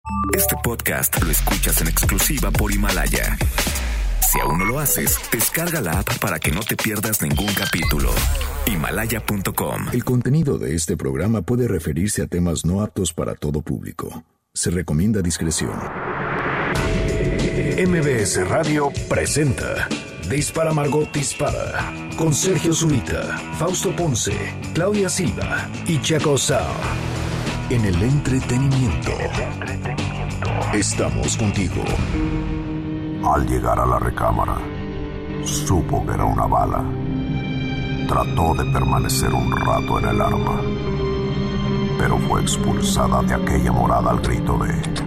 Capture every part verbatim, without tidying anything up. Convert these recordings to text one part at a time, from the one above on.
Este podcast lo escuchas en exclusiva por Himalaya. Si aún no lo haces, descarga la app para que no te pierdas ningún capítulo. Himalaya punto com. El contenido de este programa puede referirse a temas no aptos para todo público. Se recomienda discreción. M B S Radio presenta Dispara Margot Dispara con Sergio Zurita, Fausto Ponce, Claudia Silva y Chaco Sao. En el entretenimiento. Estamos contigo. Al llegar a la recámara, supo que era una bala. Trató de permanecer un rato en el arma, pero fue expulsada de aquella morada al grito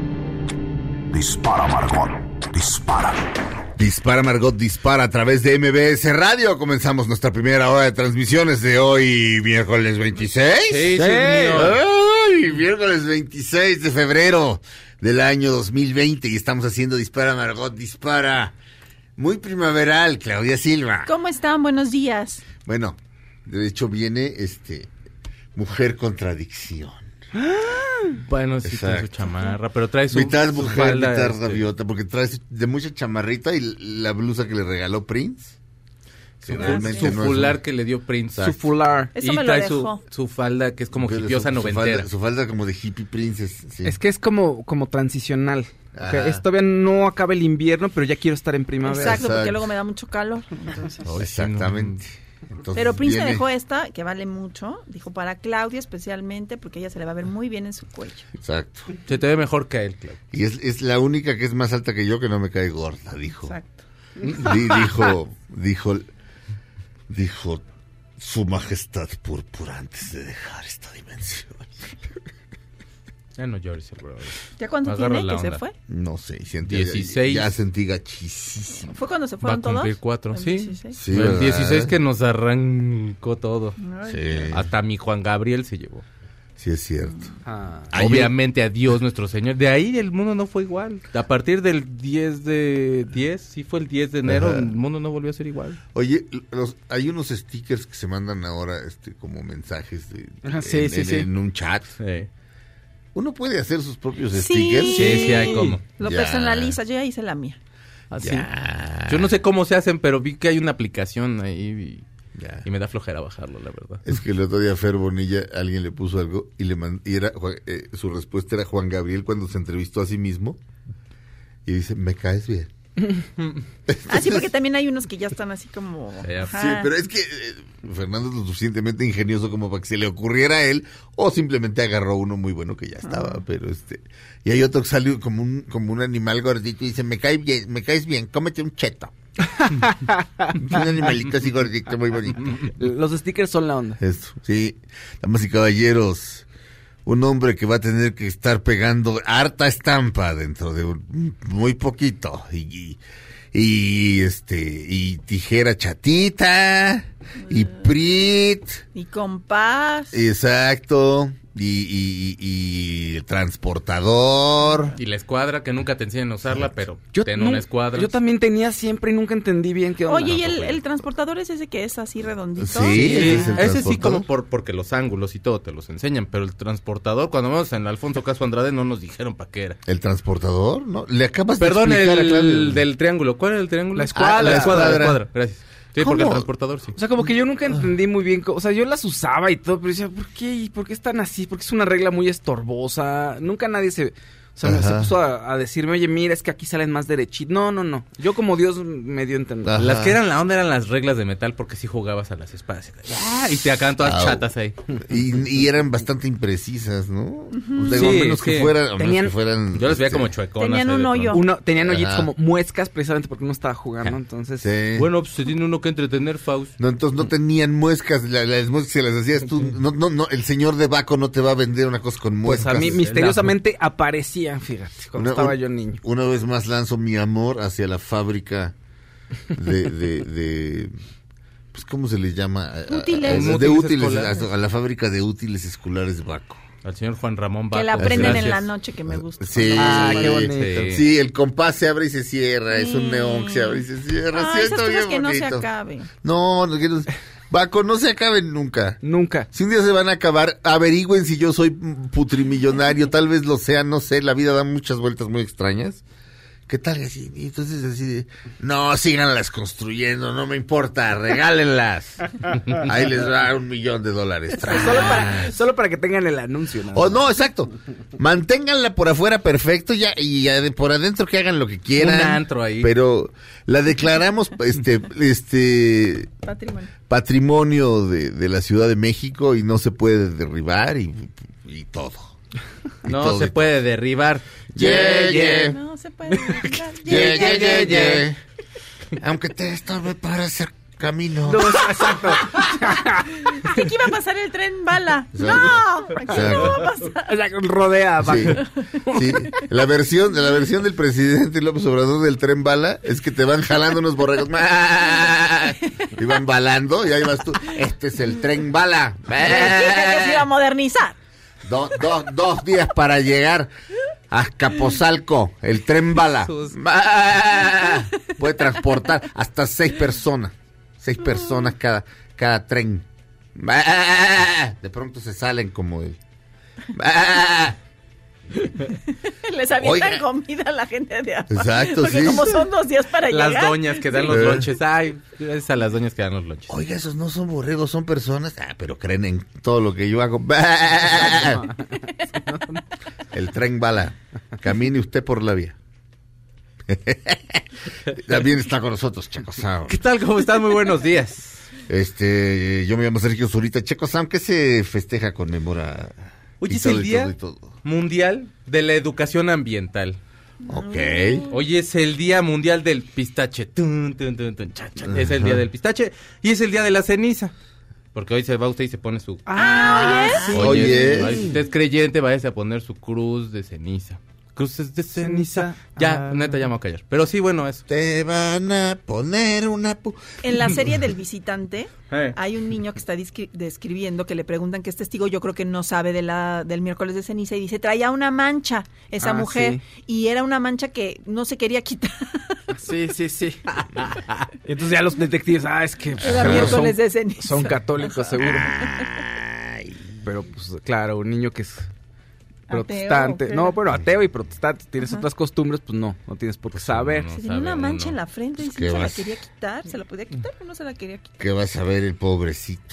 de: ¡Dispara, Margot! ¡Dispara! Dispara, Margot, dispara a través de M B S Radio. Comenzamos nuestra primera hora de transmisiones de hoy, miércoles veintiséis. Sí, sí, ¡Ay! Miércoles veintiséis de febrero del año dos mil veinte y estamos haciendo Dispara, Margot, dispara. Muy primaveral, Claudia Silva. ¿Cómo están? Buenos días. Bueno, de hecho viene este Mujer Contradicción. Bueno, sí, trae su chamarra, pero trae su mitad su mujer, falda, mitad este... gaviota, porque trae de mucha chamarrita y la blusa que le regaló Prince. Su, realmente su no fular un... que le dio Prince. Su fular. Eso y me lo trae dejó. su, su falda que es como Pero hipiosa su, noventera. Su falda, su falda como de hippie princess. Sí. Es que es como, como transicional. Okay, es, todavía no acaba el invierno, pero ya quiero estar en primavera. Exacto, Exacto. porque luego me da mucho calor. Entonces. Oh, exactamente. Entonces, pero Prince viene... me dejó esta, que vale mucho. Dijo para Claudia especialmente, porque ella se le va a ver muy bien en su cuello. Exacto. Se te ve mejor que a él, Claudia. Y es, es la única que es más alta que yo que no me cae gorda, dijo. Exacto. Di, dijo, dijo, dijo su majestad púrpura antes de dejar esta dimensión. Ya no llores, bro. ¿Ya cuánto Agarra tiene la que se onda. fue? No sé, sentí, dieciséis. Ya, ya sentí gachísimo. ¿Fue cuando se Va a fueron todos? cumplir cuatro, ¿El sí. dieciséis? Sí, el ¿verdad? dieciséis que nos arrancó todo. Ay, Sí, Hasta mi Juan Gabriel se llevó. sí es cierto. Ah. Hay Obviamente a Dios nuestro Señor. De ahí el mundo no fue igual. A partir del diez de diez, sí fue el diez de enero, Ajá. el mundo no volvió a ser igual. Oye, los, hay unos stickers que se mandan ahora este como mensajes de, Ajá, sí, en, sí, en, sí. en un chat. Sí. Uno puede hacer sus propios Sí. stickers. Sí, sí hay como. Lo Ya. personaliza, yo ya hice la mía. Así. Ya. Yo no sé cómo se hacen, pero vi que hay una aplicación ahí y, Ya. y me da flojera bajarlo, la verdad. Es que el otro día Fer Bonilla, alguien le puso algo y le mand- y era Juan- eh, su respuesta era Juan Gabriel cuando se entrevistó a sí mismo y dice, me caes bien. Ah, sí, porque también hay unos que ya están así como... Ya. Ajá. Sí, pero es que eh, Fernando es lo suficientemente ingenioso como para que se le ocurriera a él o simplemente agarró uno muy bueno que ya estaba, Ah. pero este y hay otro que salió como un como un animal gordito y dice, me caes bien, me caes bien, cómete un cheto. Un animalito así gordito, muy bonito. Los stickers son la onda. Esto, sí. Damas y caballeros, un hombre que va a tener que estar pegando harta estampa dentro de un, muy poquito. Y, y, y, este, y tijera chatita, y Prit, Y compás. exacto, y, y, y, y el transportador. Y la escuadra, que nunca te enseñan a usarla, pero Yo, ten nu- una escuadra. yo también tenía siempre y nunca entendí bien qué onda. Oye, ¿y el, tampoco. el transportador es ese que es así redondito? Sí, Sí, ese es el ese sí transportador. como por, porque los ángulos y todo te los enseñan, pero el transportador, cuando vamos en Alfonso Caso Andrade, no nos dijeron para qué era. ¿El transportador? ¿No? Le acabas Perdón, de explicar a el, Claudio. del triángulo. ¿Cuál era el triángulo? La escuadra. Ah, la escuadra, la La escuadra. escuadra. Gracias. Sí, ¿Cómo? porque el transportador sí. O sea, como que yo nunca entendí muy bien, co- o sea, yo las usaba y todo, pero decía, ¿por qué? ¿Y ¿Por qué están así? Porque es una regla muy estorbosa. Nunca nadie se, o sea, me- se Ajá. puso a, a decirme, oye, mira, es que aquí salen más derechitos. No, no, no. Yo como Dios me dio a entender. Ajá. Las que eran la onda eran las reglas de metal porque sí jugabas a las espadas. ¡Ah! Y te acaban todas Au. chatas ahí. Y, y eran bastante imprecisas, ¿no? O sea, Sí, a menos que sí. fueran, a menos Tenían- que fueran, Yo las veía este, como chueconas. Tenían ahí un de hoyo. pronto. Uno, tenían hoyitos Ajá. como muescas precisamente porque uno estaba jugando, entonces... Sí. Bueno, pues se tiene uno que entretener, Faust. No, entonces no tenían muescas, la- las muescas se las hacías tú. No, no, no, el señor de Baco no te va a vender una cosa con Pues muescas. a mí misteriosamente aparecían, fíjate, cuando Una- estaba un- yo niño. Una vez más lanzo mi amor hacia la fábrica de, de, de pues ¿cómo se les llama? A- a- Útiles. a- de Útiles útiles, escolares. a, a la fábrica de útiles escolares Baco. Al señor Juan Ramón Baco. Que la prenden en Gracias. la noche, que me gusta. Sí, Ah, qué bonito. sí. Sí. el compás se abre y se cierra, es un Sí. neón que se abre y se cierra. Ah, sí, esas está cosas bien que no se bonito. acaben. No, no quiero- Baco, no se acaben nunca. Nunca. Si un día se van a acabar, averigüen si yo soy putrimillonario, tal vez lo sea, no sé, la vida da muchas vueltas muy extrañas. ¿Qué tal? Así, y entonces así de, no, síganlas construyendo, no me importa, regálenlas. Ahí les va a dar un millón de dólares. Solo para, solo para que tengan el anuncio. ¿No? O no, exacto. Manténganla por afuera perfecto ya y ade- por adentro que hagan lo que quieran. Un antro ahí. Pero la declaramos este este Patrimonio. patrimonio de, de la Ciudad de México y no se puede derribar y, y todo. Y No todo se y puede derribar. Yeah, yeah. No se puede. Yeah, yeah, yeah, yeah. Aunque te estorbe para hacer camino. No, exacto. Es que aquí va a pasar el tren bala. Exacto. No, aquí Exacto. no va a pasar. O sea, rodea. Sí, sí. La versión, la versión del presidente López Obrador del tren bala es que te van jalando unos borregos y van balando y ahí vas tú. Este es el tren bala. Les dije que se iba a modernizar. Do- do- dos días para llegar a Azcapotzalco, el tren bala. Jesús. Puede transportar hasta seis personas. Seis personas cada, cada tren. De pronto se salen como el... Les avientan Oiga. comida a la gente de abajo. Exacto, Porque sí. como son dos días para Las llegar. doñas que dan los Sí. lonches. Ay, gracias a las doñas que dan los lonches. Oiga, esos no son borregos, son personas. Ah, pero creen en todo lo que yo hago. El tren bala. Camine usted por la vía. También está con nosotros, Checo Sound. ¿Qué tal? ¿Cómo están? Muy buenos días. Este, yo me llamo Sergio Zurita. Checo Sound, ¿qué se festeja, conmemora? Hoy Y es todo, el y Día todo, y todo. Mundial de la Educación Ambiental. Ok. Hoy es el Día Mundial del Pistache. Tun, tun, tun, tun, cha, cha. Es el Día del Pistache y es el Día de la Ceniza. Porque hoy se va usted y se pone su... Ah, Oye, Oye. ay, si usted es creyente, váyase a poner su cruz de ceniza. Cruces de ceniza. Ya, Ah. neta, ya me voy a callar. Pero sí, bueno, eso. Te van a poner una... pu- En la serie del visitante Eh. hay un niño que está descri- describiendo que le preguntan que es testigo, yo creo que no sabe de la del miércoles de ceniza y dice, traía una mancha esa Ah, mujer sí. y era una mancha que no se quería quitar. Sí, sí, sí. Y entonces ya los detectives, ah, es que Era son- miércoles de ceniza. son católicos, seguro. Pero pues claro, un niño que es protestante. ¿o qué? No, bueno, ateo y protestante, tienes otras costumbres, pues no, no tienes por qué saber. no. Se tenía una sabe mancha uno. en la frente y Pues, sí ¿qué se la vas? quería quitar. ¿Se la podía quitar o no se la quería quitar? ¿Qué vas a ver el pobrecito?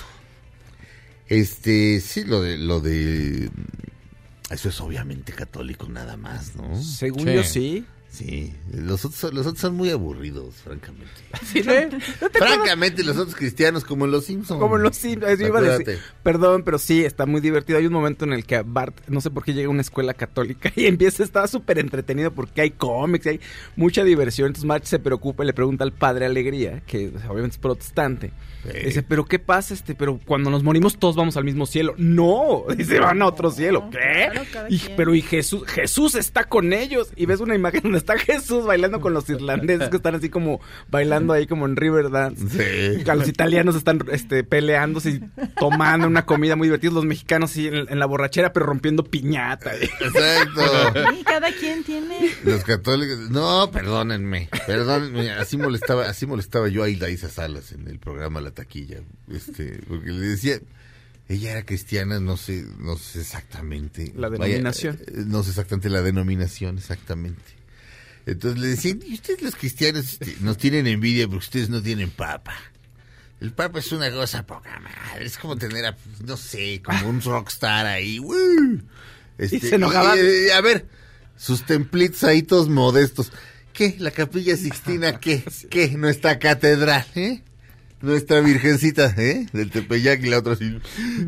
Este, sí, lo de, lo de... Eso es obviamente católico nada más, ¿no? Según Sí. yo sí. Sí, los otros, son- los otros son muy aburridos, francamente. Sí, ¿no? ¿No te acuerdas? Francamente, los otros cristianos como en los Simpsons. Como en los Simpsons, yo iba a decir, Acuérdate. perdón, pero sí, está muy divertido. Hay un momento en el que Bart, no sé por qué llega a una escuela católica y empieza, estaba súper entretenido porque hay cómics, hay mucha diversión. Entonces Bart se preocupa y le pregunta al padre Alegría, que o sea, obviamente es protestante. Sí. Dice, pero ¿qué pasa? este Pero cuando nos morimos todos vamos al mismo cielo. No, dice, van a otro cielo. ¿Qué? claro, cada Y- quien. pero y Jesús, Jesús está con ellos. Y ves una imagen donde está Jesús bailando con los irlandeses que están así como bailando ahí como en Riverdance. Sí. A los italianos están este, peleándose y tomando una comida muy divertida. Los mexicanos sí en, en la borrachera, pero rompiendo piñata. Exacto. Y cada quien tiene... Los católicos, no, perdónenme, perdónenme, así molestaba, así molestaba yo a Hilda Isa Salas en el programa La Taquilla, este, porque le decía, ella era cristiana, no sé, no sé exactamente. La Vaya, denominación. eh, no sé exactamente la denominación, exactamente. Entonces le decían, y ustedes los cristianos este, nos tienen envidia porque ustedes no tienen papa. El papa es una cosa poca madre, es como tener, a, no sé, como un rockstar ahí. ¡uh! Este, Y se enojaban. y, eh, a ver, sus templitos ahí todos modestos. ¿Qué? ¿La Capilla Sixtina qué? ¿Qué? Nuestra catedral, ¿eh? Nuestra virgencita, ¿eh? Del Tepeyac y la otra así.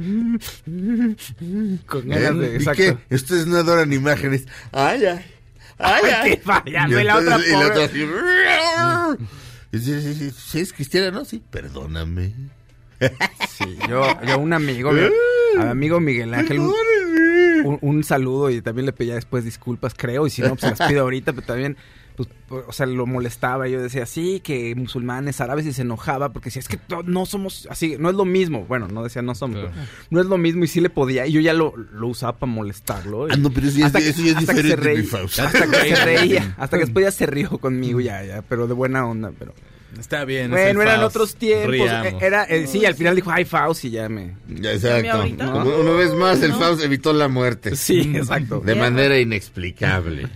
Con ¿Eh? ganas de- ¿Y exacto. qué? Ustedes no adoran imágenes. ¡Ay, ay! ¡Ay, ay! qué payaso, Y y la otra entonces- y la otra pobre. así. Y sí, sí, sí, sí, es cristiana, ¿no? Sí, perdóname. Sí, yo, yo un amigo, mi, a mi amigo Miguel Ángel, un, un, un saludo y también le pedía después disculpas, creo, y si no, pues se las pido ahorita, pero también, pues, o sea, lo molestaba. Yo decía, sí, que musulmanes, árabes, y se enojaba porque decía, es que no, no somos así, no es lo mismo. Bueno, no decía, no somos, Claro. pero no es lo mismo y sí le podía, y yo ya lo, lo usaba para molestarlo. y- Ah, no, pero eso ya es- hasta que- eso ya es hasta que se diferente, mi reía, Fausto. hasta que se reía, hasta que después ya se rió conmigo, ya, ya, pero de buena onda, pero... Está bien. Bueno, eran Faust. otros tiempos. Riamos. Era, eh, sí, al final dijo, ay, Faust, y ya me... Ya, exacto. ahorita? ¿No? Una vez más, el Faust evitó la muerte. Sí, exacto. De manera inexplicable.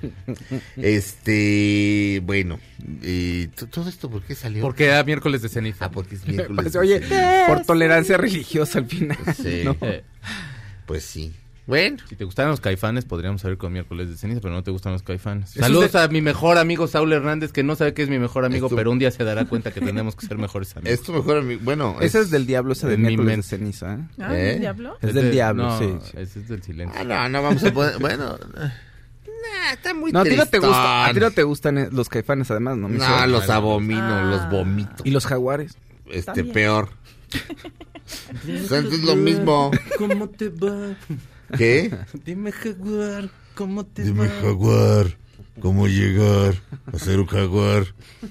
Este, bueno, eh, t- ¿todo esto por qué salió? Porque era miércoles de ceniza. Ah, porque es miércoles. Pues, oye, por tolerancia religiosa al final. Sí, ¿no? Eh, pues sí. Bueno, si te gustaran los Caifanes, podríamos salir con miércoles de ceniza, pero no te gustan los Caifanes. Eso Saludos es de- a mi mejor amigo Saúl Hernández, que no sabe que es mi mejor amigo, Esto- pero un día se dará cuenta que tenemos que ser mejores amigos. esto mejor a mí, bueno. Ese es del diablo, ese de en mi miércoles de mente. ceniza. ¿eh? Ah, ¿Eh? ¿el diablo? Es del de- diablo, no, sí, sí. Ese es del silencio. Ah, no, no vamos a poner, bueno. Nah, está muy No, a ti no te tristón. gusta, a ti no te gustan eh, los Caifanes, además, ¿no? mi No, cielo? los abomino, Ah. los vomito. Y los jaguares. Este, También. peor. O sea, es lo mismo. ¿Cómo te va? ¿Qué? Dime, jaguar, ¿cómo te Dime, va? jaguar, ¿cómo llegar a ser un jaguar?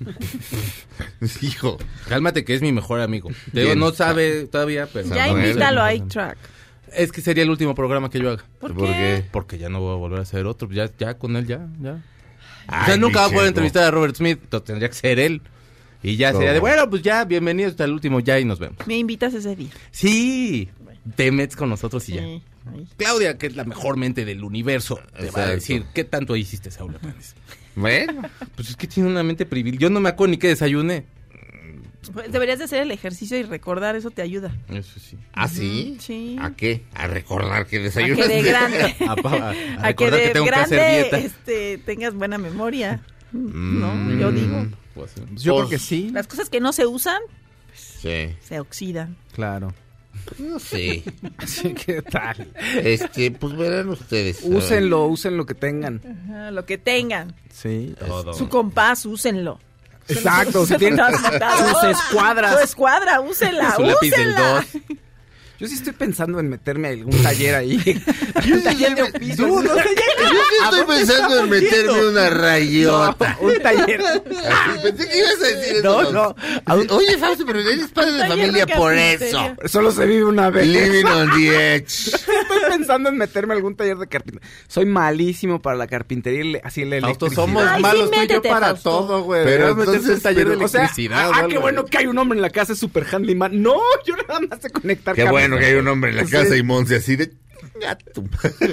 Hijo. Cálmate, que es mi mejor amigo. Te digo, Bien. no sabe todavía, pero... Ya Samuel. invítalo a A-Track. Es que sería el último programa que yo haga. ¿Por ¿Por qué? qué? Porque ya no voy a volver a hacer otro. Ya, ya con él, ya, ya. o Ay, sea, nunca va a mi poder checo. entrevistar a Robert Smith. Entonces tendría que ser él. Y ya sería de, ¿Cómo? bueno, pues ya, bienvenidos hasta el último, ya, y nos vemos. Me invitas ese día. Sí, te metes con nosotros y ya. Sí, ahí. Claudia, que es la mejor mente del universo, te va a Exacto. decir, ¿qué tanto hiciste, Saúl Hernández? Bueno, Pues es que tiene una mente privilegiada. Yo no me acuerdo ni qué desayuné. Pues deberías de hacer el ejercicio y recordar, eso te ayuda. Eso sí. ¿ah, sí? Sí. ¿A qué? A recordar que A que desayunaste. de grande, A, pa- a- a a que recordar de que tengo que hacer grande dieta. este, tengas buena memoria. Mm. No, yo digo. Pues, eh, Pues yo Pues- creo que sí. Las cosas que no se usan Sí, se oxidan. Claro. no sé. Sí, ¿qué tal? Este, pues verán ustedes. Úsenlo, usen lo que tengan. Ajá, lo que tengan. Sí. todo. Su compás, úsenlo. Exacto, si tienen Sus sus escuadras. Su escuadra, úsela, Su lápiz del úsela. dos. Yo sí estoy pensando en meterme a algún taller ahí. un taller de oficio. Yo, yo sí estoy pensando en meterme una rayota. un taller. Así, pensé que ibas a decir eso. No, no. Así, oye, Fausto, pero eres padre de Taller de familia por carpintería. eso. Solo se vive una vez. Living on the edge. Estoy pensando en meterme a algún taller de carpintería. Soy malísimo para la carpintería, y le- así la Fausto, electricidad. somos Ay, sí, malos tú y yo métete, para Fausto. todo, güey. Pero Deberías meterte entonces, en taller de pero, O sea, electricidad. ah, o algo, qué bueno güey. que hay un hombre en la casa, es super handyman. No, yo nada más sé conectar Qué cables. bueno que hay un hombre en la Sí. casa y Monse así de... gato.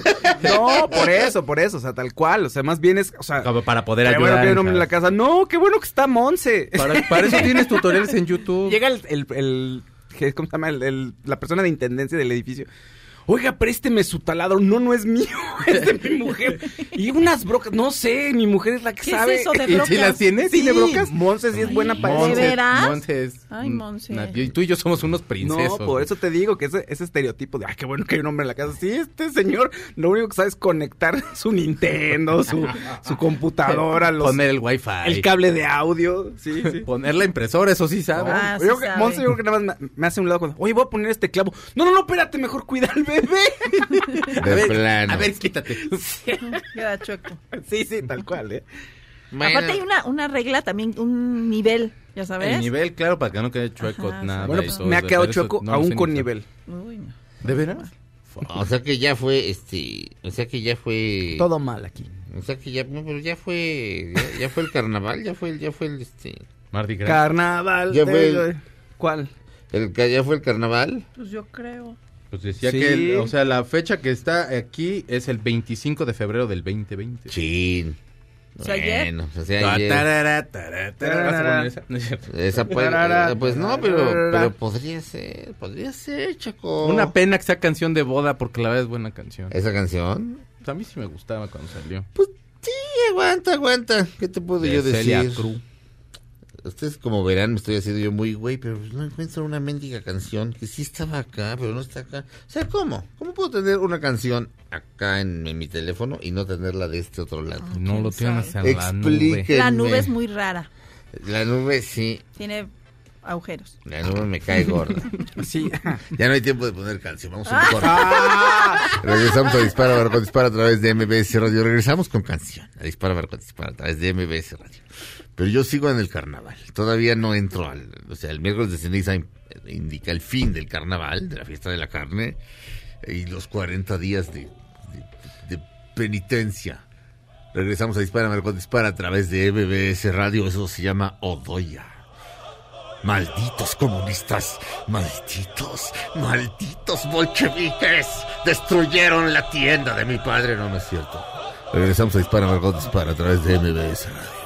No, por eso, por eso, o sea, tal cual, o sea, más bien es, o sea, Como para poder qué ayudar. bueno que hay un en hombre en la casa. casa. No, qué bueno que está Monse. Para, para eso tienes tutoriales en YouTube. Llega el, el, el- ¿qué- ¿cómo se llama? El- el- la persona de intendencia del edificio. Oiga, présteme su taladro. No, no es mío, es de mi mujer. Y unas brocas, no sé, mi mujer es la que ¿Qué sabe. es eso de ¿Y brocas? si las tienes? Sí, ¿Tiene brocas? Monse sí es buena para ¿de eso. veras? Monse es... Ay, Monse. una- y tú y yo somos unos princesos. No, por eso te digo que ese, ese estereotipo de, ay, qué bueno que hay un hombre en la casa. Sí, este señor lo único que sabe es conectar su Nintendo, su, su computadora, los, Poner el wifi. el cable de audio. Sí, sí. Poner la impresora, eso sí sabe. Ah, Yo sí creo que- sabe. Monse, yo creo que nada más me, me hace un lado cuando, oye, voy a poner este clavo. No, no, no, espérate, mejor cuida al bebé. a, De ver, plano. a ver, quítate. Queda chueco. Sí, sí, tal cual, ¿eh? Bueno, Aparte hay una, una regla también, un nivel, ya sabes. El nivel, claro, para que no quede chueco Ajá, nada. Bueno, y pues todo me ha eso, quedado pero eso chueco no lo aún sé con ni nivel. Uy, no. ¿De veras? o sea que ya fue, este... O sea que ya fue... Todo mal aquí. O sea que ya... No, pero ya fue... Ya, ya fue el carnaval, ya fue el... Ya fue el, este... Mardi Gras. Carnaval. Ya fue de- el- ¿Cuál? El, ca- ¿Ya fue el carnaval? Pues yo creo. Pues decía Sí. que, el- o sea, la fecha que está aquí es el veinticinco de febrero del veinte veinte. Chin. O sea, ayer. Bueno, o sea, Ta- ayer. tarara, tarara, tarara. ¿Vas a poner esa? No es cierto. Esa puede, Tarara, eh, pues no, pero, tarara. pero podría ser, podría ser, Chaco. Una pena que sea canción de boda porque la verdad es buena canción. ¿Esa canción? Pues a mí sí me gustaba cuando salió. Pues sí, aguanta, aguanta. ¿Qué te puedo De yo decir? Celia Cruz. Ustedes como verán, me estoy haciendo yo muy güey, pero pues no encuentro una mendiga canción que sí estaba acá, pero no está acá. O sea, ¿cómo? ¿Cómo puedo tener una canción acá en, en mi teléfono y no tenerla de este otro lado? No lo quién tienes en sabe. la nube. Explíquenme. La nube es muy rara. La nube, sí. Tiene agujeros. La nube me cae gorda. Sí. Ya no hay tiempo de poner canción, vamos a un Ah. corte. Ah, Regresamos a Dispara, Marco Dispara a través de M B S Radio. Regresamos con canción. A Dispara, Marco Dispara a través de M B S Radio. Pero yo sigo en el carnaval. Todavía no entro al... O sea, el miércoles de ceniza in- indica el fin del carnaval, de la fiesta de la carne, y los cuarenta días de, de, de penitencia. Regresamos a Dispara, Marco Dispara a través de M B S Radio. Eso se llama Odoya. Malditos comunistas, malditos, malditos bolcheviques, destruyeron la tienda de mi padre. No, no es cierto. Regresamos a Dispara, Margot Dispara a través de M B S Radio.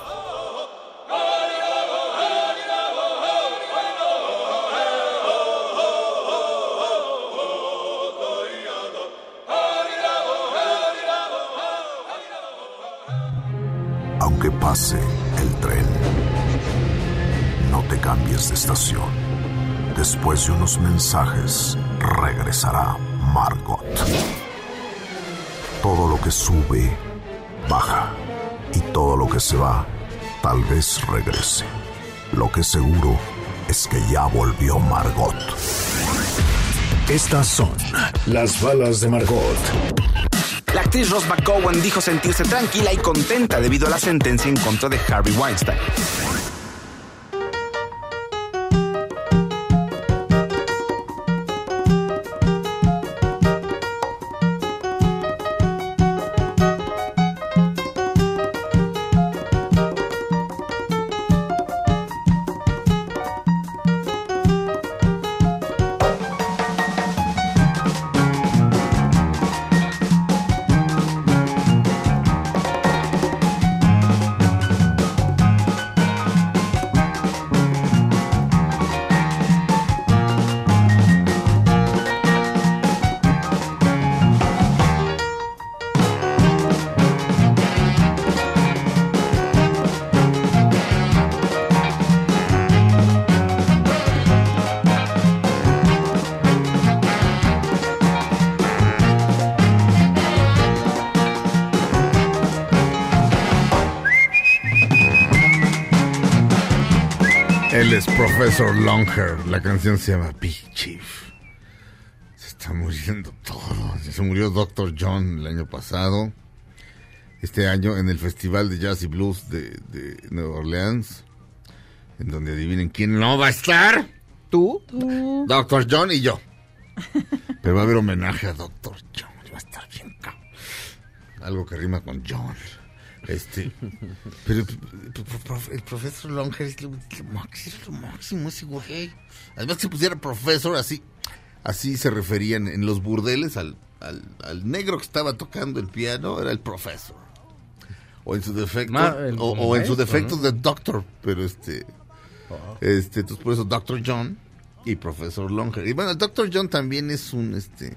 Aunque pase el tren, no te cambies de estación. Después de unos mensajes, regresará Margot. Todo lo que sube, baja. Y todo lo que se va, tal vez regrese. Lo que seguro es que ya volvió Margot. Estas son las balas de Margot. La actriz Rose McGowan dijo sentirse tranquila y contenta debido a la sentencia en contra de Harvey Weinstein. Él es Professor Longhair. La canción se llama Big Chief. Se está muriendo todo. Se murió Doctor John el año pasado. Este año en el Festival de Jazz y Blues de, de Nueva Orleans. En donde adivinen quién no va a estar. ¿Tú? Tú. Doctor John y yo. Pero va a haber homenaje a Doctor John. Va a estar bien cabrón. Algo que rima con John. Este, pero el profesor Longhair es lo, lo máximo, lo máximo ese güey. Además que se pusiera profesor así, así se referían en los burdeles al, al, al negro que estaba tocando el piano, era el profesor. O en su defecto, Ma, el, o, o en su defecto ¿no? de doctor, pero este, oh. este, entonces por eso Doctor John y Profesor Longhair. Y bueno, el Doctor John también es un, este.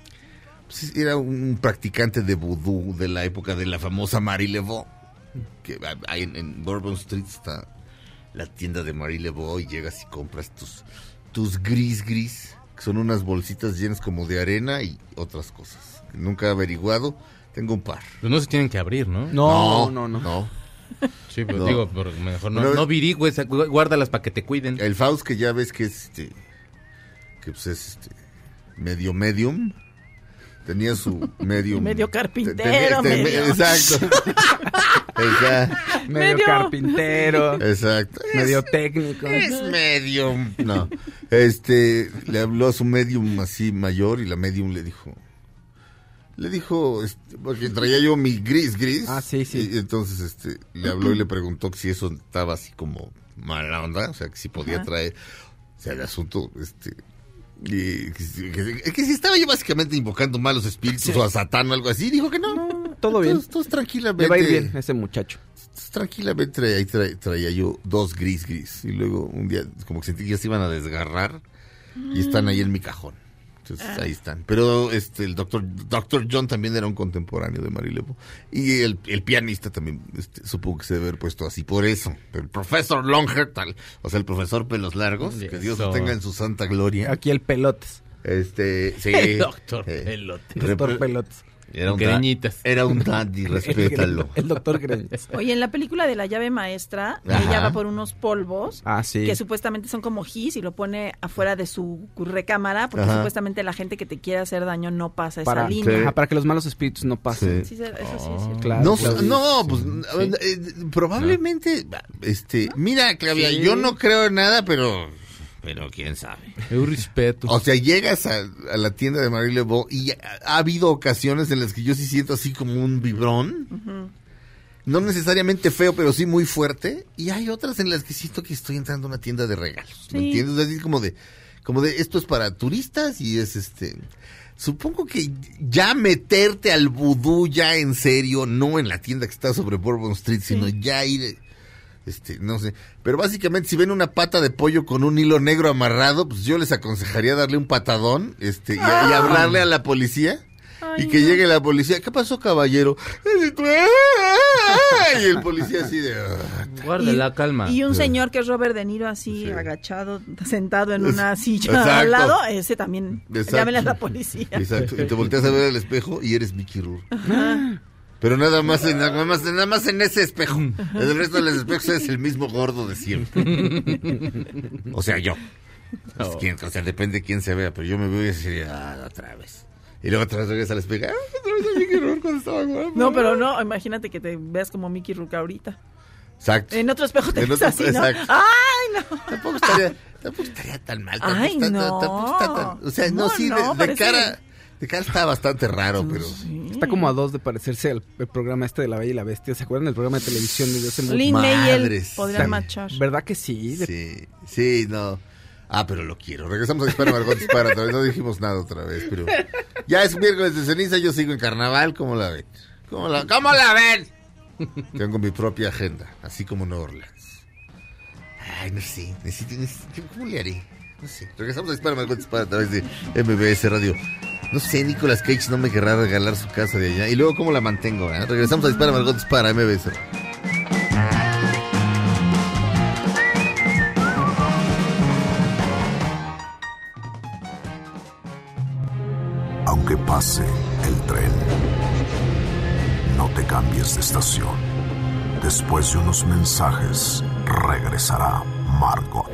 Era un practicante de vudú de la época de la famosa Marie Laveau, que hay en, en Bourbon Street está la tienda de Marie Laveau y llegas y compras tus, tus gris gris, que son unas bolsitas llenas como de arena y otras cosas. Nunca he averiguado, tengo un par. Pero no se tienen que abrir, ¿no? No, no, no. no. no. Sí, pero No. digo, pero mejor no, No. no virigües, gu- guárdalas para que te cuiden. El Faust que ya ves que es este, que pues es este, medio medium. Tenía su medio... Medio carpintero, Tenía- ten- medio. Exacto. Exacto. Medio, Medio. carpintero. Exacto. Medio Es- técnico. Es medium. No. Este, le habló a su medium así mayor y la medium le dijo... Le dijo, este, porque traía yo mi gris gris. Ah, sí, sí. Y entonces este, le habló y le preguntó que si eso estaba así como mala onda, o sea, que si podía Ajá. traer... O sea, el asunto, este... Y que, si- que, que si estaba yo básicamente invocando malos espíritus Sí. o a Satán o algo así, dijo que no. No, todo bien. Entonces, entonces, tranquilamente. Le va a ir bien ese muchacho. Entonces, tranquilamente traía, ahí traía, traía yo dos gris gris. Y luego un día como que sentí que ya se iban a desgarrar y están ahí en mi cajón. Entonces ahí están. Pero este el doctor doctor John también era un contemporáneo de Marie Laveau. Y el, el pianista también este, supongo que se debe haber puesto así por eso. El profesor Longhair, tal, o sea, el profesor pelos largos, que Dios lo Eso. tenga en su santa gloria. Aquí el pelotes. Este, sí. El doctor Eh, Pelote. Doctor Repre- Pelotes. Era un, Greñitas. da- era un dandy, respétalo. El doctor Greñas. Oye, en la película de La llave maestra, Ajá. ella va por unos polvos Ah, sí. que supuestamente son como gis y lo pone afuera de su recámara porque Ajá. supuestamente la gente que te quiere hacer daño no pasa esa Para, línea. ajá, para que los malos espíritus no pasen. Sí, eso sí es cierto. Claro, No, claro. no, pues Sí. eh, probablemente, este, mira, Claudia, Sí. yo no creo en nada, pero, pero quién sabe. Eu respeto. O sea, llegas a, a la tienda de Marie Laveau y ha, ha habido ocasiones en las que yo sí siento así como un vibrón. Ujú. no necesariamente feo, pero sí muy fuerte. Y hay otras en las que siento que estoy entrando a una tienda de regalos. ¿Me Sí. entiendes? Así como de, como de, esto es para turistas y es este... Supongo que ya meterte al vudú ya en serio, no en la tienda que está sobre Bourbon Street, sino Sí. ya ir, este, no sé. Pero básicamente si ven una pata de pollo con un hilo negro amarrado, pues yo les aconsejaría darle un patadón, este, y, y hablarle a la policía. Ay, Y que no. llegue la policía. ¿Qué pasó, caballero? Y el policía así de... "Ah". Guarda Y- la calma. Y un señor que es Robert De Niro así Sí. agachado, sentado en una silla Exacto. al lado, ese también. Exacto. Llámele a la policía. Exacto. Y te volteas a ver al espejo y eres Mickey Rourke. Pero nada más, en, nada más, nada más en ese espejo. En el resto de los espejos es el mismo gordo de siempre. O sea, yo. Pues, Oh. ¿quién? O sea, depende de quién se vea, pero yo me veo y decir, ah, otra vez. Y luego otra vez regresas al espejo. Ah, otra vez a Mickey Rourke cuando estaba guapo. No, pero no, imagínate que te veas como Mickey Rourke ahorita. Exacto. En otro espejo te En ves otro- así, ¿no? exacto. ¡Ay, no! Tampoco estaría, tampoco estaría tan mal. Tampoco Ay, está- no. tampoco está tan- o sea, no, No, sí, de- no, de, parece- cara, de cara está bastante raro, pero... Está como a dos de parecerse al el programa este de La Bella y la Bestia. ¿Se acuerdan del programa de televisión desde hace mucho? Lin May y él Madres. podrían Sí. marchar. ¿Verdad que sí? De- Sí, sí, no. Ah, pero lo quiero. Regresamos a Dispara, Margot Dispara. Otra vez. No dijimos nada otra vez, pero... Ya es miércoles de ceniza, yo sigo en carnaval. ¿Cómo la ven? ¿Cómo la, cómo la ven? Tengo mi propia agenda, así como Nueva Orleans. Ay, no sé. Necesito, necesito- ¿Cómo le haré? No sé. Regresamos a Dispara, Margot Dispara a través de M B S Radio. No sé, Nicolas Cage no me querrá regalar su casa de allá. Y luego, ¿cómo la mantengo? eh? Regresamos a Dispara, Margot Dispara, M B S. Aunque pase el tren, no te cambies de estación. Después de unos mensajes, regresará Margot.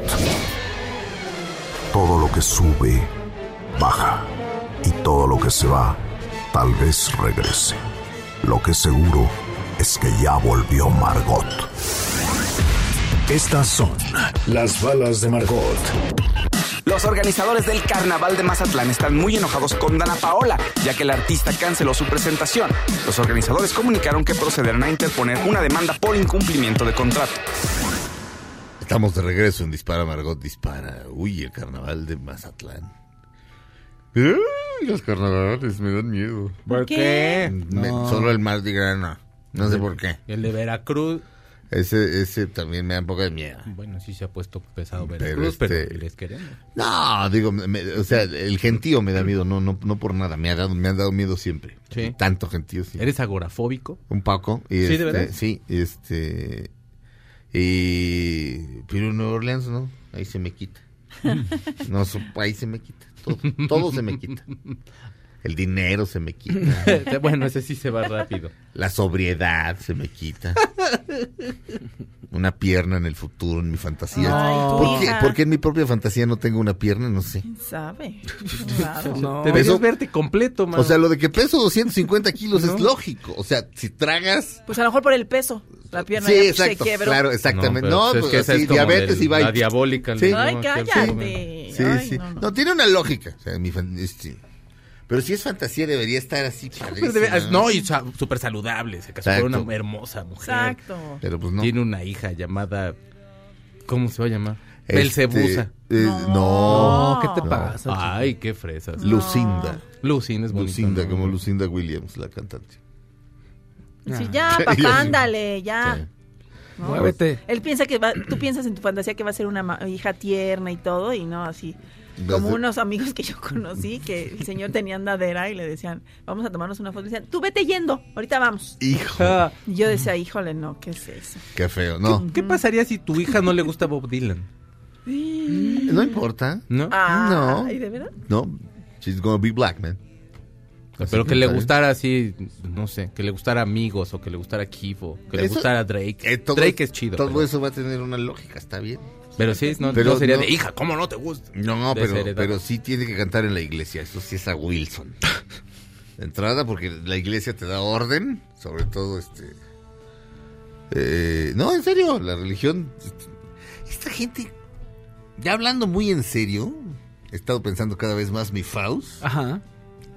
Todo lo que sube, baja. Y todo lo que se va, tal vez regrese. Lo que seguro es que ya volvió Margot. Estas son las balas de Margot. Los organizadores del Carnaval de Mazatlán están muy enojados con Dana Paola, ya que el artista canceló su presentación. Los organizadores comunicaron que procederán a interponer una demanda por incumplimiento de contrato. Estamos de regreso en Dispara, Margot Dispara. Uy, el carnaval de Mazatlán. Ay, los carnavales me dan miedo. ¿Por qué? Me- No. solo el Mardi Gras no. No sé por qué. El de Veracruz. Ese, ese también me da un poco de miedo. Bueno, sí se ha puesto pesado Pero Veracruz, pero, este- les queremos. No, digo, me- me- o sea, el gentío me da miedo, no, no, no por nada. Me ha dado, me han dado miedo siempre. Sí. Tanto gentío, sí. ¿Eres agorafóbico? Un poco. Y ¿Sí, de este, verdad? Sí, este... Y... Pero en Nueva Orleans, ¿no? Ahí se me quita. No, su- ahí se me quita. Todo, todo se me quita. El dinero se me quita. Bueno, ese sí se va rápido. La sobriedad se me quita. Una pierna en el futuro, en mi fantasía. Ay, tu ¿Por qué, hija. por qué en mi propia fantasía no tengo una pierna? No sé. ¿Quién sabe? Claro. No. Deberías Peso- verte completo, man. O sea, lo de que peso doscientos cincuenta kilos No. es lógico. O sea, si tragas... Pues a lo mejor por el peso. La pierna Sí, ya exacto, se quebró. claro, exactamente. pero No, pues pues, es que esa así, es como diabetes del- y va. La diabólica. Sí. ¿no? Ay, Que- cállate. Sí, Ay, sí. no, No, no. tiene una lógica. O sea, mi fan- este, pero si es fantasía debería estar así Pero padrísima. debe- no, y sa- súper saludable. Se casó con Exacto. una hermosa mujer. Exacto. Pero pues no. Tiene una hija llamada... ¿Cómo se va a llamar? Este, Belcebusa. eh, No. no. No, ¿qué te No. pasa? Ay, qué fresas. Lucinda. Lucinda es bonita. Lucinda, ¿no? como Lucinda Williams, la cantante. Sí, ya, Sí. papá, ándale, ya. Sí. ¿no? Muévete. Él piensa que va, tú piensas en tu fantasía que va a ser una ma- hija tierna y todo, y no así. Va a Como ser- unos amigos que yo conocí, que el señor tenía andadera y le decían, vamos a tomarnos una foto. Y decían, tú vete yendo, ahorita vamos. Hijo, Ah, Y yo decía, híjole, no, ¿qué es eso? qué feo. No, ¿Qué pasaría si tu hija no le gusta Bob Dylan? no importa. ¿No? Ah, No. ¿y de verdad? No, she's gonna be black, man. Pero que le Está bien. gustara así, no sé, que le gustara Amigos o que le gustara Kifo, que le Eso- gustara Drake. Eh, todo Drake es- es chido. Todo pero, eso va a tener una lógica, está bien. pero sí, no, Pero no sería no- de hija, ¿cómo no te gusta? No, pero, Desheredado. pero sí tiene que cantar en la iglesia. Eso sí es a Wilson. De entrada, porque la iglesia te da orden, sobre todo este. eh, no, en serio, la religión. Esta gente, ya hablando muy en serio, he estado pensando cada vez más mi Faust. Ajá.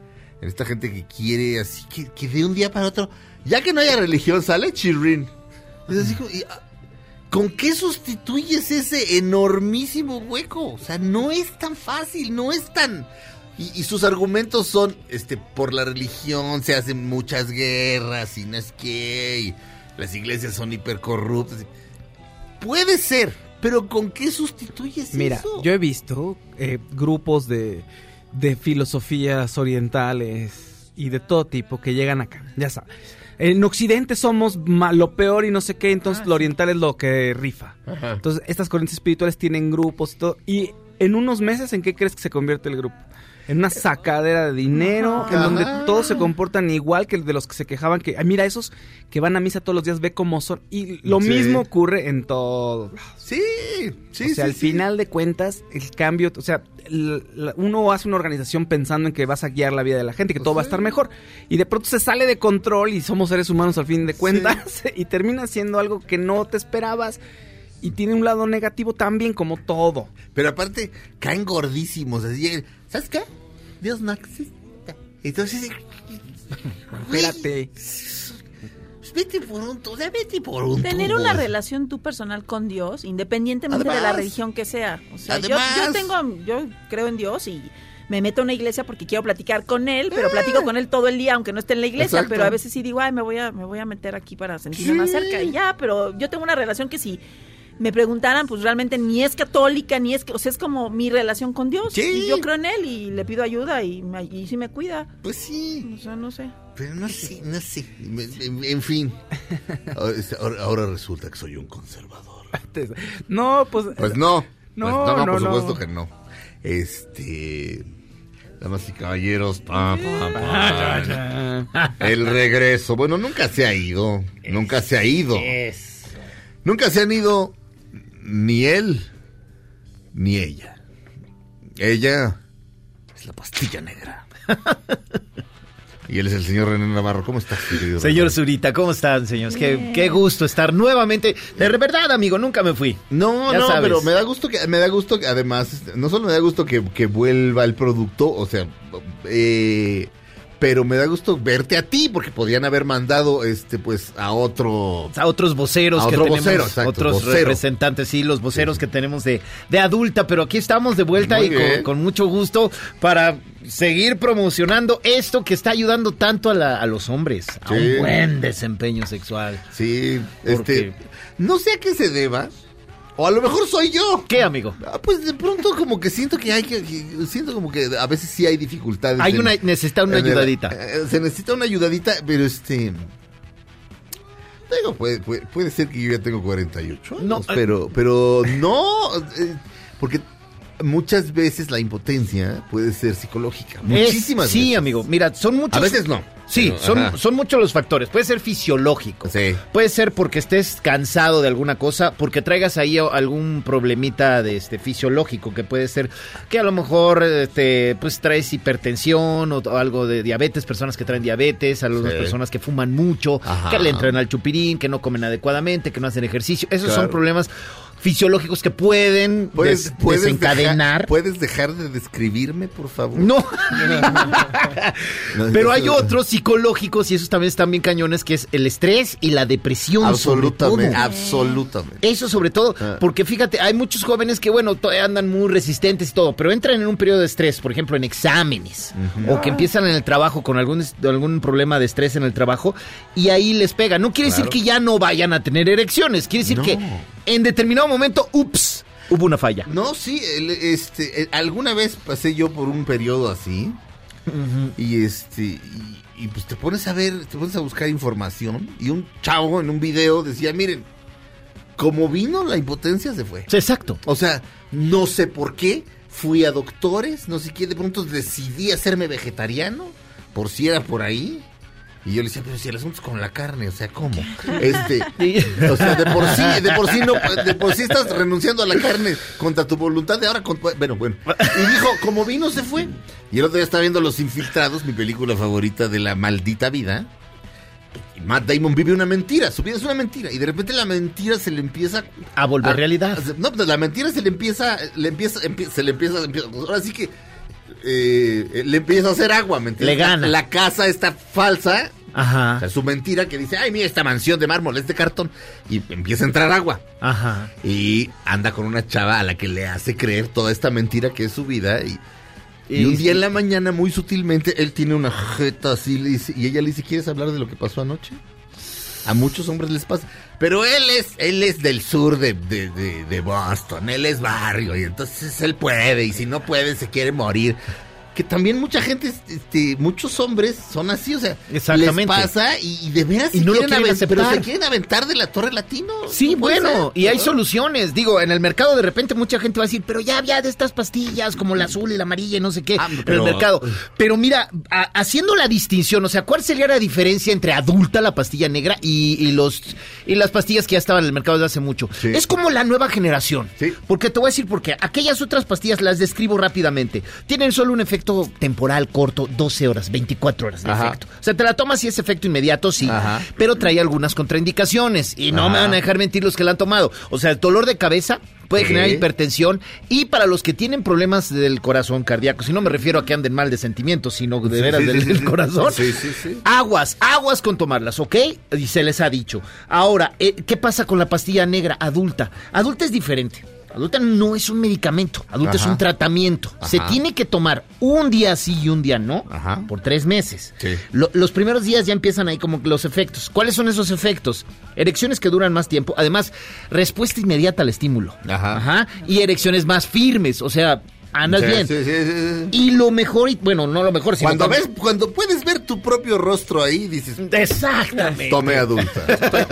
en esta gente que quiere así, que, que de un día para otro, ya que no haya religión, sale chirrín. Es así como, y, ¿con qué sustituyes ese enormísimo hueco? O sea, no es tan fácil, no es tan... Y, y sus argumentos son, este, por la religión se hacen muchas guerras y no es que... Y las iglesias son hipercorruptas. Puede ser, pero ¿con qué sustituyes Mira, eso? Mira, yo he visto eh, grupos de, de filosofías orientales y de todo tipo que llegan acá, ya sabes. En Occidente somos ma- lo peor y no sé qué, entonces ah, lo oriental es lo que rifa. Ajá. Entonces estas corrientes espirituales tienen grupos y todo. Y en unos meses, ¿en qué crees que se convierte el grupo? En una sacadera de dinero, Ajá. en donde todos se comportan igual que de los que se quejaban que, ay, mira, esos que van a misa todos los días, ve cómo son. Y lo sí. mismo ocurre en todos lados. Sí, sí, O sea, sí, al sí. final de cuentas, el cambio, o sea, el, la, uno hace una organización pensando en que vas a guiar la vida de la gente, que todo sí. va a estar mejor. Y de pronto se sale de control y somos seres humanos al fin de cuentas sí. y termina siendo algo que no te esperabas. Y tiene un lado negativo también, como todo. Pero aparte, caen gordísimos. Así, ¿sabes qué? Dios no existe. Entonces, espérate. Vete por un tubo, vete por un Tener tubo. una relación tú personal con Dios, independientemente Además, de la religión que sea. O sea, yo, además, yo tengo, yo creo en Dios y me meto a una iglesia porque quiero platicar con él, pero eh. platico con él todo el día, aunque no esté en la iglesia. Exacto. Pero a veces sí digo, ay, me voy a, me voy a meter aquí para sentirme sí. más cerca y ya. Pero yo tengo una relación que si me preguntaran, pues realmente ni es católica, ni es, o sea, es como mi relación con Dios. Sí. Y yo creo en él y le pido ayuda y, y sí me cuida. Pues sí. O sea, no sé. Pero no sé, no sé. En, en fin. Ahora, ahora resulta que soy un conservador. No, pues... Pues no. No, pues no, no, no, por no. supuesto que no. Este... Damas y caballeros, pa, pa, pa. El regreso. Bueno, nunca se ha ido. Nunca se ha ido. Nunca se han ido ni él ni ella. Ella es la pastilla negra. Y él es el señor René Navarro. ¿Cómo estás, querido? Señor Zurita, ¿cómo están, señores? Qué, qué gusto estar nuevamente. De verdad, amigo, nunca me fui. No, ya no, sabes. pero me da gusto que, me da gusto que además, no solo me da gusto que, que vuelva el producto, o sea, eh, pero me da gusto verte a ti, porque podían haber mandado, este, pues, a otro... A otros voceros a que otro tenemos, vocero, exacto, otros vocero. representantes, sí, los voceros sí. que tenemos de, de adulta, pero aquí estamos de vuelta Muy y con, con mucho gusto para seguir promocionando esto que está ayudando tanto a, la, a los hombres, sí. a un buen desempeño sexual. Sí, Porque... este, no sé a qué se deba. O a lo mejor soy yo. ¿Qué, amigo? Ah, pues de pronto como que siento que hay que, que siento como que a veces sí hay dificultades. Hay en, una necesita una ayudadita. El, eh, se necesita una ayudadita, pero este digo, puede, puede, puede ser que yo ya tengo cuarenta y ocho años, no, pero pero no, eh, porque muchas veces la impotencia puede ser psicológica. Muchísimas es, sí, veces. amigo. Mira, son muchos. A veces no. Sí, pero, son, son muchos los factores. Puede ser fisiológico. Sí. Puede ser porque estés cansado de alguna cosa, porque traigas ahí algún problemita de este fisiológico, que puede ser que a lo mejor este, pues traes hipertensión o, o algo de diabetes, personas que traen diabetes, algunas sí. personas que fuman mucho, Ajá. que le entran al chupirín, que no comen adecuadamente, que no hacen ejercicio. Esos claro. son problemas fisiológicos que pueden ¿Puedes, des, ¿puedes desencadenar. Dejar, ¿Puedes dejar de describirme, por favor? No. no Pero hay otros psicológicos y esos también están bien cañones, que es el estrés y la depresión. Absolutamente, absolutamente. Eso sobre todo, ah. porque fíjate, hay muchos jóvenes que, bueno, todavía andan muy resistentes y todo, pero entran en un periodo de estrés, por ejemplo, en exámenes, uh-huh. o que empiezan en el trabajo con algún, algún problema de estrés en el trabajo, y ahí les pega. No quiere claro. decir que ya no vayan a tener erecciones, quiere decir no. que en determinado momento, ups, hubo una falla. No, sí, el, este, el, alguna vez pasé yo por un periodo así, uh-huh. y este, y, y pues te pones a ver, te pones a buscar información, y un chavo en un video decía, miren, como vino la impotencia se fue. Exacto. O sea, no sé por qué, fui a doctores, no sé qué, de pronto decidí hacerme vegetariano, por si era por ahí. Y yo le decía, pero si el asunto es con la carne, o sea, ¿cómo? Este, o sea, de por sí, de por sí no, de por sí estás renunciando a la carne contra tu voluntad, de ahora con, bueno, bueno. Y dijo, como vino se fue. Y el otro día estaba viendo Los Infiltrados, mi película favorita de la maldita vida. Y Matt Damon vive una mentira, su vida es una mentira, y de repente la mentira se le empieza a volver a, realidad. A, no, pues la mentira se le empieza, le empieza, empie, se le empieza, empieza, ahora sí que eh, le empieza a hacer agua, ¿me entiendes? Le gana. La, la casa está falsa. Ajá. O sea, su mentira que dice, ay, mira esta mansión de mármol, es de cartón. Y empieza a entrar agua. Ajá. Y anda con una chava a la que le hace creer toda esta mentira que es su vida. Y, y, y un día en la mañana, muy sutilmente, él tiene una jeta así le dice, y ella le dice, ¿quieres hablar de lo que pasó anoche? A muchos hombres les pasa. Pero él es él es del sur de, de, de, de Boston, él es barrio, y entonces él puede, y si no puede, se quiere morir. Que también mucha gente, este, muchos hombres son así, o sea, les pasa y, y de veras y se no quieren lo quieren aventar, pero aceptar. se quieren aventar de la Torre Latino. Sí, ¿no puede bueno, ser? y hay ¿no? soluciones. Digo, en el mercado de repente mucha gente va a decir, pero ya había de estas pastillas como la azul y la amarilla y no sé qué, Ah, en pero- el mercado. Pero mira, a- haciendo la distinción, o sea, ¿cuál sería la diferencia entre adulta, la pastilla negra, y, y los y las pastillas que ya estaban en el mercado desde hace mucho? Sí. Es como la nueva generación. Sí. Porque te voy a decir por qué. Aquellas otras pastillas las describo rápidamente. Tienen solo un efecto temporal corto, doce horas, veinticuatro horas de Ajá. efecto. O sea, te la tomas y es efecto inmediato, sí. Ajá. Pero trae algunas contraindicaciones. Y no Ajá. me van a dejar mentir los que la han tomado. O sea, el dolor de cabeza puede Sí. generar hipertensión. Y para los que tienen problemas del corazón cardíaco, si no me refiero a que anden mal de sentimientos, sino de Sí, veras sí, del, sí, del sí. corazón. Sí, sí, sí. Aguas, aguas con tomarlas, ¿ok? Y se les ha dicho. Ahora, eh, ¿qué pasa con la pastilla negra adulta? Adulta es diferente. Adulta no es un medicamento, adulta Ajá. es un tratamiento. Ajá. Se tiene que tomar un día sí y un día no, Ajá. por tres meses. Sí. Lo- los primeros días ya empiezan ahí como los efectos. ¿Cuáles son esos efectos? Erecciones que duran más tiempo, además, respuesta inmediata al estímulo. Ajá. Y erecciones más firmes, o sea, andas Sí, bien. sí, sí, sí, sí. Y lo mejor, y bueno, no lo mejor, sino Cuando también- ves, cuando puedes ver tu propio rostro ahí, dices, Exactamente. tome adulta.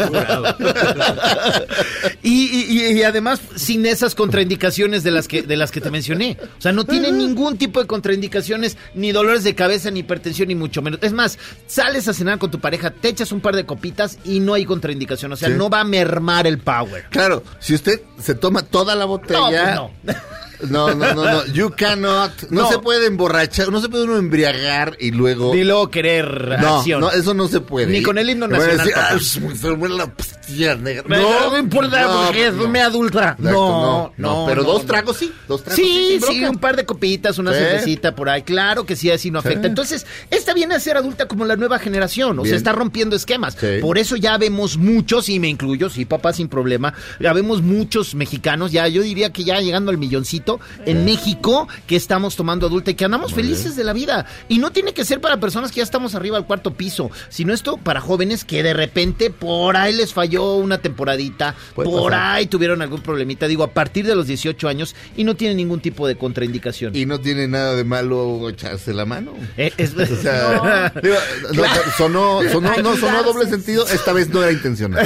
Y, y- y además sin esas contraindicaciones de las que de las que te mencioné. O sea, no tiene ningún tipo de contraindicaciones, ni dolores de cabeza, ni hipertensión, ni mucho menos. Es más, sales a cenar con tu pareja, te echas un par de copitas y no hay contraindicación. O sea, Sí. no va a mermar el power. Claro, si usted se toma toda la No, botella... pues no. No, no, no, no, you cannot, no, No. se puede emborrachar, no se puede uno embriagar y luego... Ni luego querer No, acción. no, eso no se puede. Ni con el himno Me van a nacional, decir, papá. "Ah, es muy enfermo en la pastilla negra". No, no importa no, porque es no. me adulta. Exacto, No, no, pero no, dos no. tragos sí, dos tragos Sí, sin sí, bronca. un par de copitas, una Sí. cervecita por ahí. Claro que sí, así no afecta. Sí. Entonces, esta viene a ser adulta como la nueva generación. O Bien. sea, está rompiendo esquemas. Sí. Por eso ya vemos muchos, y me incluyo, sí, papá, sin problema. Ya vemos muchos mexicanos, ya yo diría que ya llegando al milloncito, en México, que estamos tomando adulta y que andamos Muy felices bien. de la vida. Y no tiene que ser para personas que ya estamos arriba al cuarto piso, sino esto para jóvenes que de repente por ahí les falló una temporadita, Puede por pasar. ahí tuvieron algún problemita, digo, a partir de los dieciocho años y no tienen ningún tipo de contraindicación. Y no tiene nada de malo echarse la mano. Eh, es- O sea, digo, no, Claro. sonó, sonó, no, sonó a doble Ayudarse. sentido, esta vez no era intencional.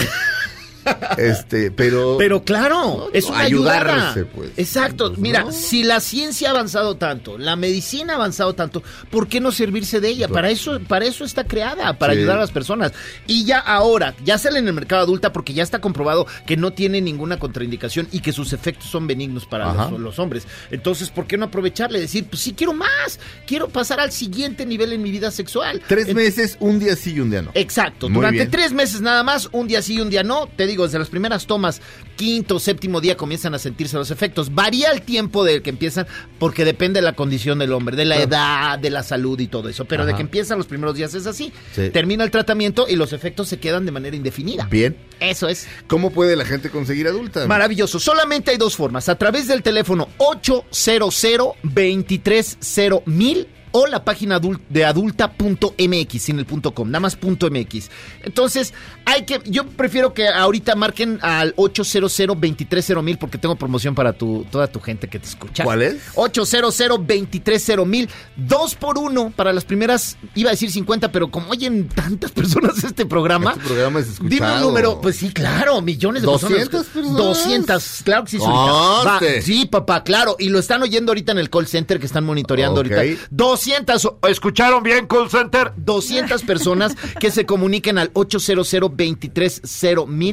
Este, pero... Pero claro, es una ayudarse, ayudada. pues. Exacto. Pues, Mira, ¿no? si la ciencia ha avanzado tanto, la medicina ha avanzado tanto, ¿por qué no servirse de ella? Para eso, para eso está creada, para Sí. ayudar a las personas. Y ya ahora, ya sale en el mercado adulta porque ya está comprobado que no tiene ninguna contraindicación y que sus efectos son benignos para Ajá. los, los hombres. Entonces, ¿por qué no aprovecharle? Decir, pues sí quiero más, quiero pasar al siguiente nivel en mi vida sexual. Tres En- meses, un día sí y un día no. Exacto, Muy durante bien. tres meses nada más, un día sí y un día no, te digo, desde las primeras tomas, quinto, séptimo día comienzan a sentirse los efectos. Varía el tiempo del que empiezan, porque depende de la condición del hombre, de la Claro. edad, de la salud y todo eso, pero de Ajá. que empiezan los primeros días es así. Sí. Termina el tratamiento y los efectos se quedan de manera indefinida. Bien. Eso es. ¿Cómo puede la gente conseguir adulta? Maravilloso. Solamente hay dos formas. A través del teléfono ocho cero cero, veintitrés cero mil o la página adul- de adulta punto m x, sin el punto com, nada más punto m x. Entonces, hay que, yo prefiero que ahorita marquen al ocho cero cero, veintitrés cero mil porque tengo promoción para tu, toda tu gente que te escucha. ¿Cuál es? ocho cero cero, veintitrés cero mil, dos por uno para las primeras, iba a decir cincuenta, pero como oyen tantas personas este programa, Este programa es escuchado. dime un número, pues sí, claro, millones de ¿doscientas personas. personas? doscientas, claro que sí, Zurita. Va, Conste. sí, papá, claro, y lo están oyendo ahorita en el call center que están monitoreando Ok. ahorita. doscientas, ¿escucharon bien, call center? doscientas personas que se comuniquen al ocho cero cero, veintitrés cero mil.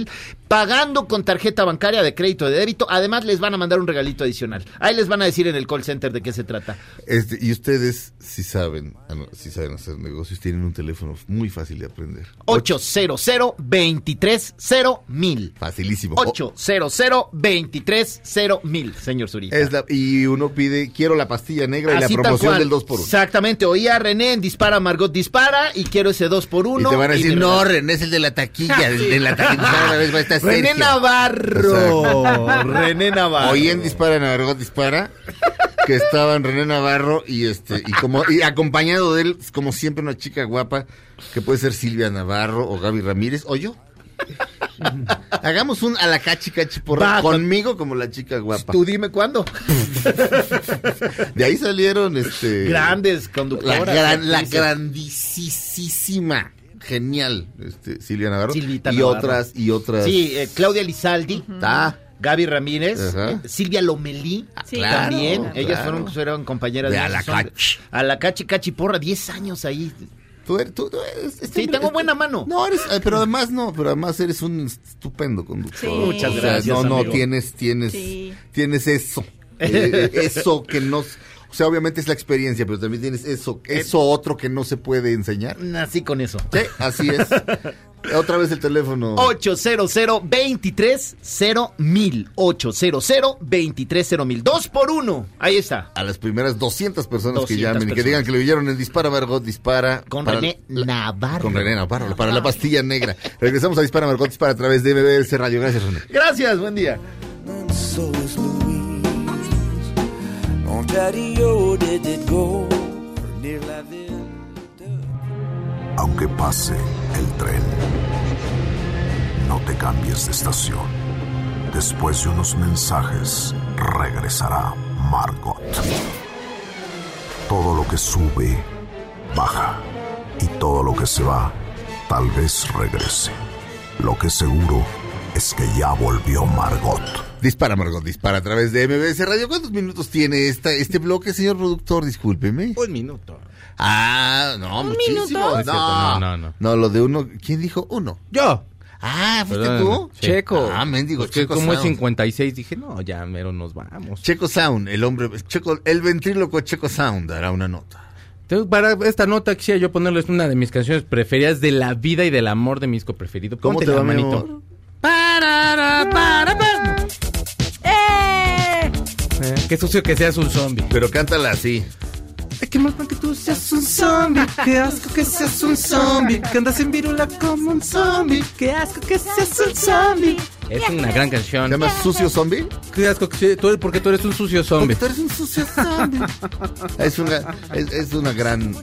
pagando con tarjeta bancaria de crédito o de débito. Además, les van a mandar un regalito adicional. Ahí les van a decir en el call center de qué se trata. Este, y ustedes, si saben, si saben hacer negocios, tienen un teléfono muy fácil de aprender. ochocientos, veintitrés cero mil. Facilísimo. ochocientos, veintitrés cero mil, señor Zurita. Es la, y uno pide, quiero la pastilla negra y Así la tal promoción cual. del dos por uno. Exactamente, oí a René en Dispara, Margot Dispara, y quiero ese dos por uno. Y te van a decir, me no, regalan. René es el de la taquilla, el de la taquilla. Una vez va a estar René Sergio. Navarro. René Navarro. Oí en Dispara, Margot Dispara, que estaban René Navarro y este y como y acompañado de él, como siempre, una chica guapa, que puede ser Silvia Navarro o Gaby Ramírez, o yo. Hagamos un a la cachi cachi porra Va, conmigo como la chica guapa. Tú dime cuándo. De ahí salieron este Grandes la, conductoras. gran, la actrices. grandísima, genial, este Silvia Navarro Silvita y Navarro. otras y otras. Sí, eh, Claudia Lizaldi. Ah, Gaby Ramírez, Ajá. eh, Silvia Lomelí, Sí. también, Claro, ellas claro. fueron, fueron compañeras De de a la son- cachi. A la cachi cachi porra, diez años ahí. tú eres, tú, tú eres- este Sí, hombre- tengo buena mano. No, eres, eh, pero además no, pero además eres un estupendo conductor. Sí. Muchas O sea, gracias, no, no, amigo. tienes, tienes, Sí. tienes eso. Eh, eso que no, o sea, obviamente es la experiencia, pero también tienes eso, eso otro que no se puede enseñar. Nací con eso. Sí, así es. Otra vez el teléfono. ochocientos, veintitrés cero mil. ochocientos, veintitrés cero mil. Dos por uno. Ahí está. A las primeras doscientas personas que doscientas llamen y que personas. digan que le oyeron en Dispara Margot Dispara. Con para René la- Navarro. Con René Navarro, para la pastilla negra. Regresamos a Dispara Margot Dispara a través de M B S Radio. Gracias, René. Gracias, buen día. And so is Louise. On Daddy O did it go near la ville. Aunque pase el tren, no te cambies de estación. Después de unos mensajes, regresará Margot. Todo lo que sube, baja. Y todo lo que se va, tal vez regrese. Lo que seguro es que ya volvió Margot. Dispara Margot Dispara a través de M B S Radio. ¿Cuántos minutos tiene esta, este bloque, señor productor? Discúlpeme. Un minuto. Ah, no, muchísimo. minuto? No, No, no, no. No, lo de uno. ¿Quién dijo uno? Yo. Ah, ¿fuiste Perdón, tú? sí. Checo. Ah, mendigo, Pues que Checo como es Sound. cincuenta y seis, dije, no, ya mero nos vamos. Checo Sound, el hombre, Checo, el ventríloco Checo Sound dará una nota. Entonces, para esta nota quisiera yo ponerles una de mis canciones preferidas de la vida y del amor de mi disco preferido. ¿Cómo Ponte te la va, mi manito. amor? Parara, para, para. ¡Eh! Qué sucio que seas un zombie. Pero cántala así. Ay, qué mal que tú seas un zombie. Qué asco que seas un zombie. Que andas en virula como un zombie. Qué asco que seas un zombie. Es una gran ¿Se canción. llama Sucio Zombie? Qué asco que seas, tú, porque tú eres un sucio zombie. Porque tú eres un sucio zombie. es una, es, es una gran,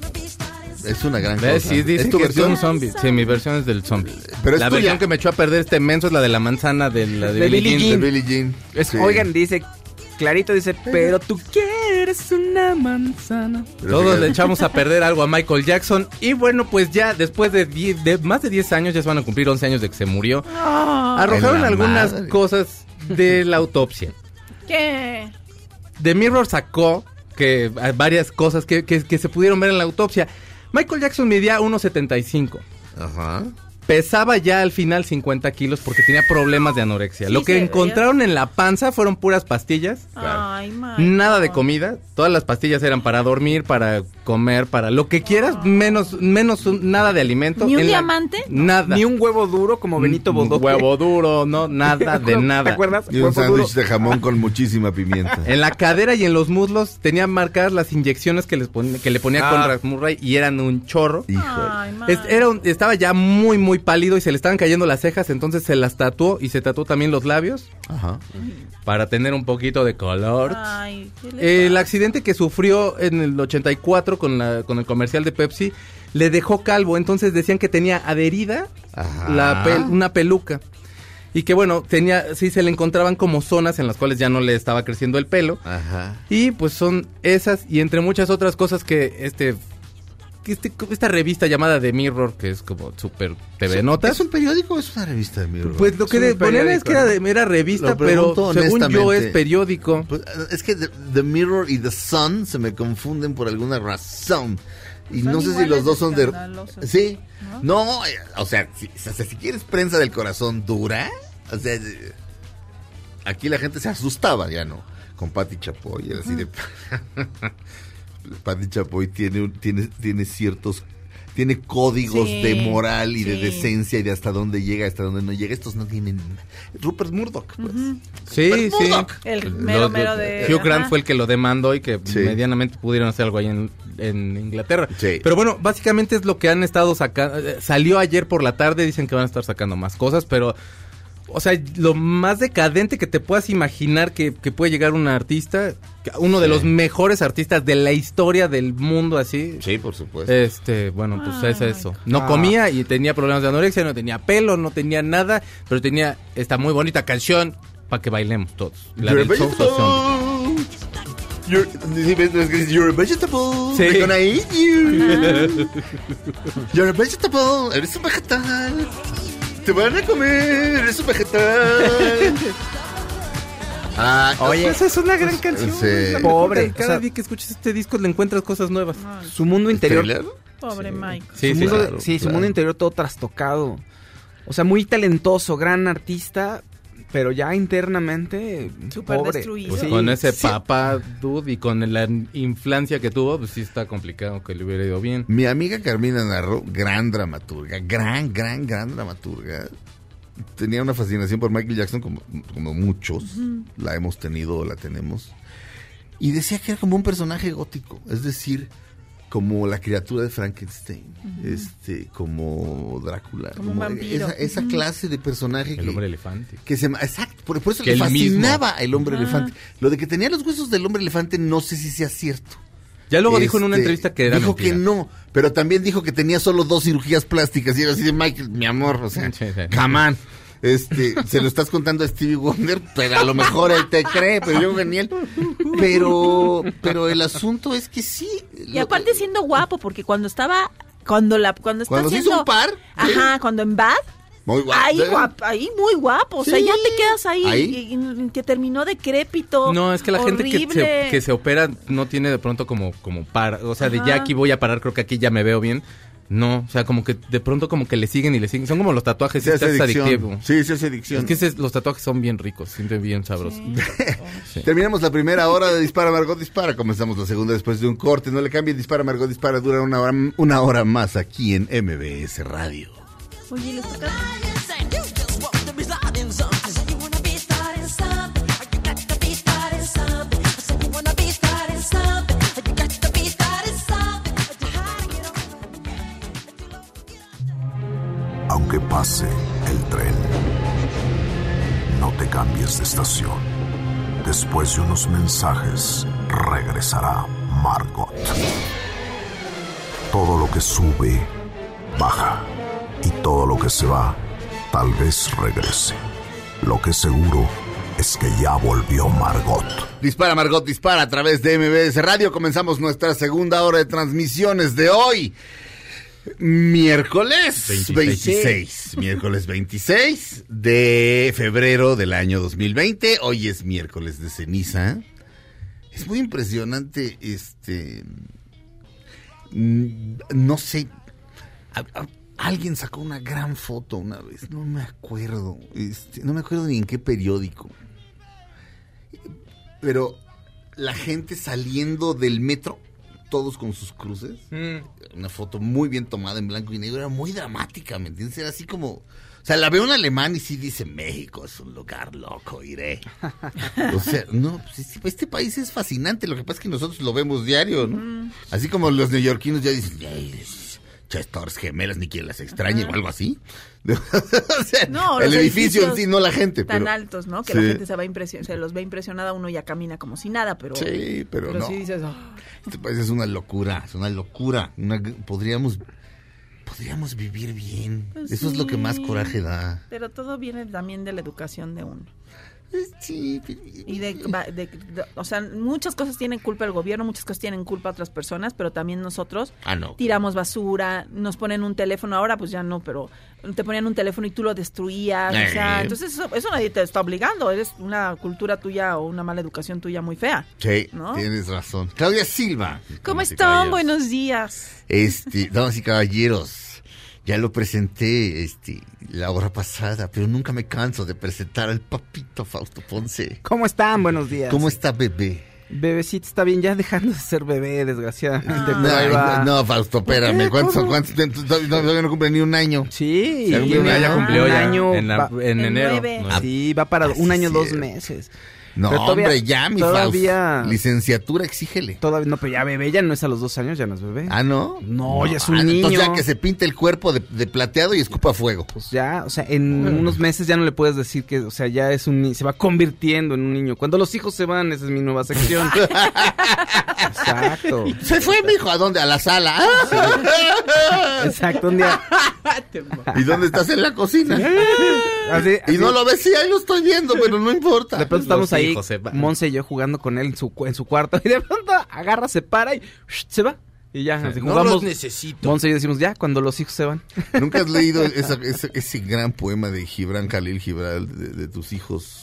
es una gran ¿Ves? cosa. Sí, dicen ¿Es tu que es versión? un zombie. Sí, mi versión es del zombie. Pero es la tuya. versión que me echó a perder este menso es la de la manzana de la de, De Billie Billie Jean. De Billie Jean. Es- Sí. Oigan, dice, clarito dice, pero tú quieres una manzana. Pero Todos fíjate. le echamos a perder algo a Michael Jackson. Y bueno, pues ya después de, diez, de más de diez años, ya se van a cumplir once años de que se murió, arrojaron En la algunas madre. cosas de la autopsia. ¿Qué? The Mirror sacó que hay varias cosas que, que, que se pudieron ver en la autopsia. Michael Jackson medía uno setenta y cinco. Ajá. Pesaba ya al final cincuenta kilos porque tenía problemas de anorexia. Sí, Lo que se encontraron en la panza fueron puras pastillas. Ay, Michael. Nada de comida. Todas las pastillas eran para dormir, para comer, para lo que quieras, menos menos un- nada de alimento. ¿Ni un En la- diamante? Nada. Ni un huevo duro como Benito Un Bodoque. huevo duro, no, nada de nada. ¿Te acuerdas? Y un Huevo duro. sándwich de jamón con muchísima pimienta. En la cadera y en los muslos tenía marcadas las inyecciones que, les pon- que le ponía Ah. contra Murray y eran un chorro. Híjole. Ay, Es- Michael. era un- estaba ya muy, muy pálido y se le estaban cayendo las cejas, entonces se las tatuó y se tatuó también los labios Ajá. para tener un poquito de color. Ay, ¿qué le El pasa? accidente que sufrió en el ochenta y cuatro con, la, con el comercial de Pepsi le dejó calvo, entonces decían que tenía adherida Ajá. la pel- una peluca. Y que bueno, tenía, sí se le encontraban como zonas en las cuales ya no le estaba creciendo el pelo. Ajá. Y pues son esas y entre muchas otras cosas que este... que este esta revista llamada The Mirror, que es como super T V Notas. ¿Es un periódico o es una revista de Mirror? Pues lo que Es un de- ponían es periódico, que era, ¿no? de, era revista, Lo pero pregunto según yo es honestamente. periódico. Pues, es que The, The Mirror y The Sun se me confunden por alguna razón. Y Son no sé si iguales los dos de son de... escandalosos. Sí. No, eh, o sea, si, o sea, si quieres prensa del corazón dura, O sea, aquí la gente se asustaba, ya no. Con Pati Chapoy, era así de... Pati Chapoy tiene, un- tiene, tiene ciertos... Tiene códigos Sí, de moral y de sí. decencia y de hasta dónde llega, hasta dónde no llega. Estos no tienen... Rupert Murdoch, pues. Sí, Rupert sí. Murdoch. El mero, Lo- mero de... Hugh Grant ajá. fue el que lo demandó y que Sí. medianamente pudieron hacer algo ahí en, en Inglaterra. Sí. Pero bueno, básicamente es lo que han estado sacando. Salió ayer por la tarde, dicen que van a estar sacando más cosas, pero... O sea, lo más decadente que te puedas imaginar que, que puede llegar un artista, uno de Sí. los mejores artistas de la historia del mundo así. Sí, por supuesto. Este, bueno, pues Ay, es eso. No Ah. comía y tenía problemas de anorexia, no tenía pelo, no tenía nada, pero tenía esta muy bonita canción para que bailemos todos. La You're a del Soul Station. vegetable. You're, sí, ves, ves que dice, You're a vegetable. Sí. We're gonna eat you. You're a vegetable. Eres un vegetal. Te van a comer. Eres un vegetal. Ah, Oye, Esa es una gran canción. Sí. es la mejor Pobre, que Cada o sea- día que escuchas este disco le encuentras cosas nuevas. su mundo interior... ¿Thriller? Pobre Mike. Sí, su sí. mundo, claro, sí, su claro. mundo interior todo trastocado. O sea, muy talentoso, gran artista, pero ya internamente Súper pobre. destruido. Pues Sí. con ese sí. papá, dude, y con la inflancia que tuvo, pues sí está complicado que le hubiera ido bien. Mi amiga Carmina Narro, gran dramaturga, gran, gran, gran dramaturga. Tenía una fascinación por Michael Jackson como, como muchos. La hemos tenido, la tenemos. Y decía que era como un personaje gótico, es decir, como la criatura de Frankenstein, este, como Drácula, Como un vampiro. esa, esa Ujú. clase de personaje El que, hombre elefante. que se ma- exacto, por, por eso Que le él mismo. fascinaba el hombre Ajá. elefante. Lo de que tenía los huesos del hombre elefante no sé si sea cierto. Ya luego dijo en una Este, entrevista que era dijo mentira. que no, pero también dijo que tenía solo dos cirugías plásticas y era así de Michael, mi amor, o sea, Sí, sí. come on. Este, se lo estás contando a Stevie Wonder, pero a lo mejor él te cree, pero yo genial. Pero, pero el asunto es que sí. Y lo- aparte siendo guapo, porque cuando estaba... Cuando la cuando está Cuando se haciendo... hizo un par, Ajá, cuando en Bad... muy guapo. Ahí, ¿eh? guap- ahí muy guapo, o sea, Sí. ya te quedas ahí, Ahí. Y, y que terminó decrépito. No, es que la gente que horrible. se, que se opera no tiene de pronto como, como para, o sea, de Ajá. ya aquí voy a parar, creo que aquí ya me veo bien. No, o sea, como que de pronto como que le siguen y le siguen. Son como los tatuajes, Se es hace adictivo. adicción. Sí, se hace adicción. Es que ese- los tatuajes son bien ricos, sienten bien sabrosos. Sí. Terminamos la primera hora de Dispara Margot Dispara. Comenzamos la segunda después de un corte. No le cambien, Dispara Margot Dispara. Dura una hora, una hora más aquí en M B S Radio. Oye, les toca... Aunque pase el tren, no te cambies de estación. Después de unos mensajes, regresará Margot. Todo lo que sube, baja. Y todo lo que se va, tal vez regrese. Lo que seguro es que ya volvió Margot. Dispara Margot Dispara a través de M B S Radio. Comenzamos nuestra segunda hora de transmisiones de hoy. Miércoles veintiséis. veintiséis. Miércoles veintiséis de febrero del año dos mil veinte. Hoy es miércoles de ceniza. Es muy impresionante, este... mm, No sé... a- a- alguien sacó una gran foto una vez, no me acuerdo. Este, no me acuerdo ni en qué periódico. Pero la gente saliendo del metro, todos con sus cruces. Mm. Una foto muy bien tomada en blanco y negro, era muy dramática, ¿me entiendes? Era así como... O sea, la veo en alemán y sí dice, México es un lugar loco, iré. O sea, no, pues este, este país es fascinante, lo que pasa es que nosotros lo vemos diario, ¿no? Así como los neoyorquinos ya dicen, "Ay, Chas Torres Gemelas, ni quien las extrañe", o algo así. O sea, No, el los edificio en edificios sí, no la gente. tan pero- altos, ¿no? Que Sí. la gente se va impresion se los ve impresionada, uno ya camina como si nada, pero... Sí, pero, no. sí dices, "Oh". Este país es una locura, es una locura. Una, podríamos, podríamos vivir bien. Pues Eso es lo que más sí. coraje da. Pero todo viene también de la educación de uno. Sí. Y de, va- de- de- o sea, muchas cosas tienen culpa el gobierno, muchas cosas tienen culpa otras personas, pero también nosotros Ah, no. tiramos basura, nos ponen un teléfono, ahora pues ya no, pero te ponían un teléfono y tú lo destruías, o sea, Eh. entonces eso, eso nadie te está obligando, eres una cultura tuya o una mala educación tuya muy fea. Sí, ¿no? tienes razón. Claudia Silva. ¿Cómo Damas y están? caballeros. Buenos días. Este, damas y caballeros, Ya lo presenté este, la hora pasada, pero nunca me canso de presentar al papito Fausto Ponce. ¿Cómo están? Buenos días. ¿Cómo está, bebé? Bebecito está bien, ya dejando de ser bebé, desgraciadamente. No, Ahí va. no, Fausto, espérame. ¿Cuántos, cuántos, todavía no cumple ni un año? Sí, Ya cumplió, tiene ya cumplió un ya, año, en, la- va- en en enero. nueve. No, sí, va para Ah, un sí, año, dos cierto. meses. No, Pero todavía- hombre, ya, mi todavía- Fausto. Licenciatura, exígele. Todavía, no, pero ya bebé, ya no es a los dos años, ya no es bebé. Ah, ¿no? No, ya es un Ah, Entonces niño. ya que se pinte el cuerpo de, de plateado y escupa fuego. Pues ya, o sea, en unos meses ya no le puedes decir que, o sea, ya es un ni- se va convirtiendo en un niño. Cuando los hijos se van, esa es mi nueva sección. Exacto. Se fue, mijo, ¿a dónde? A la sala. Exacto, un día. ¿Y dónde estás? En la cocina. Así, Y así, no lo ves, sí, ahí lo estoy viendo, pero no importa. de pronto estamos Los ahí, hijos se van. Monse y yo jugando con él en su, cu- en su cuarto, y de pronto agarra, se para y sh, se va. Y ya, así No jugamos. los necesito. Monse y yo decimos, ya, cuando los hijos se van. ¿Nunca has leído esa- ese, ese gran poema de Gibran Khalil Gibran, de, de tus hijos?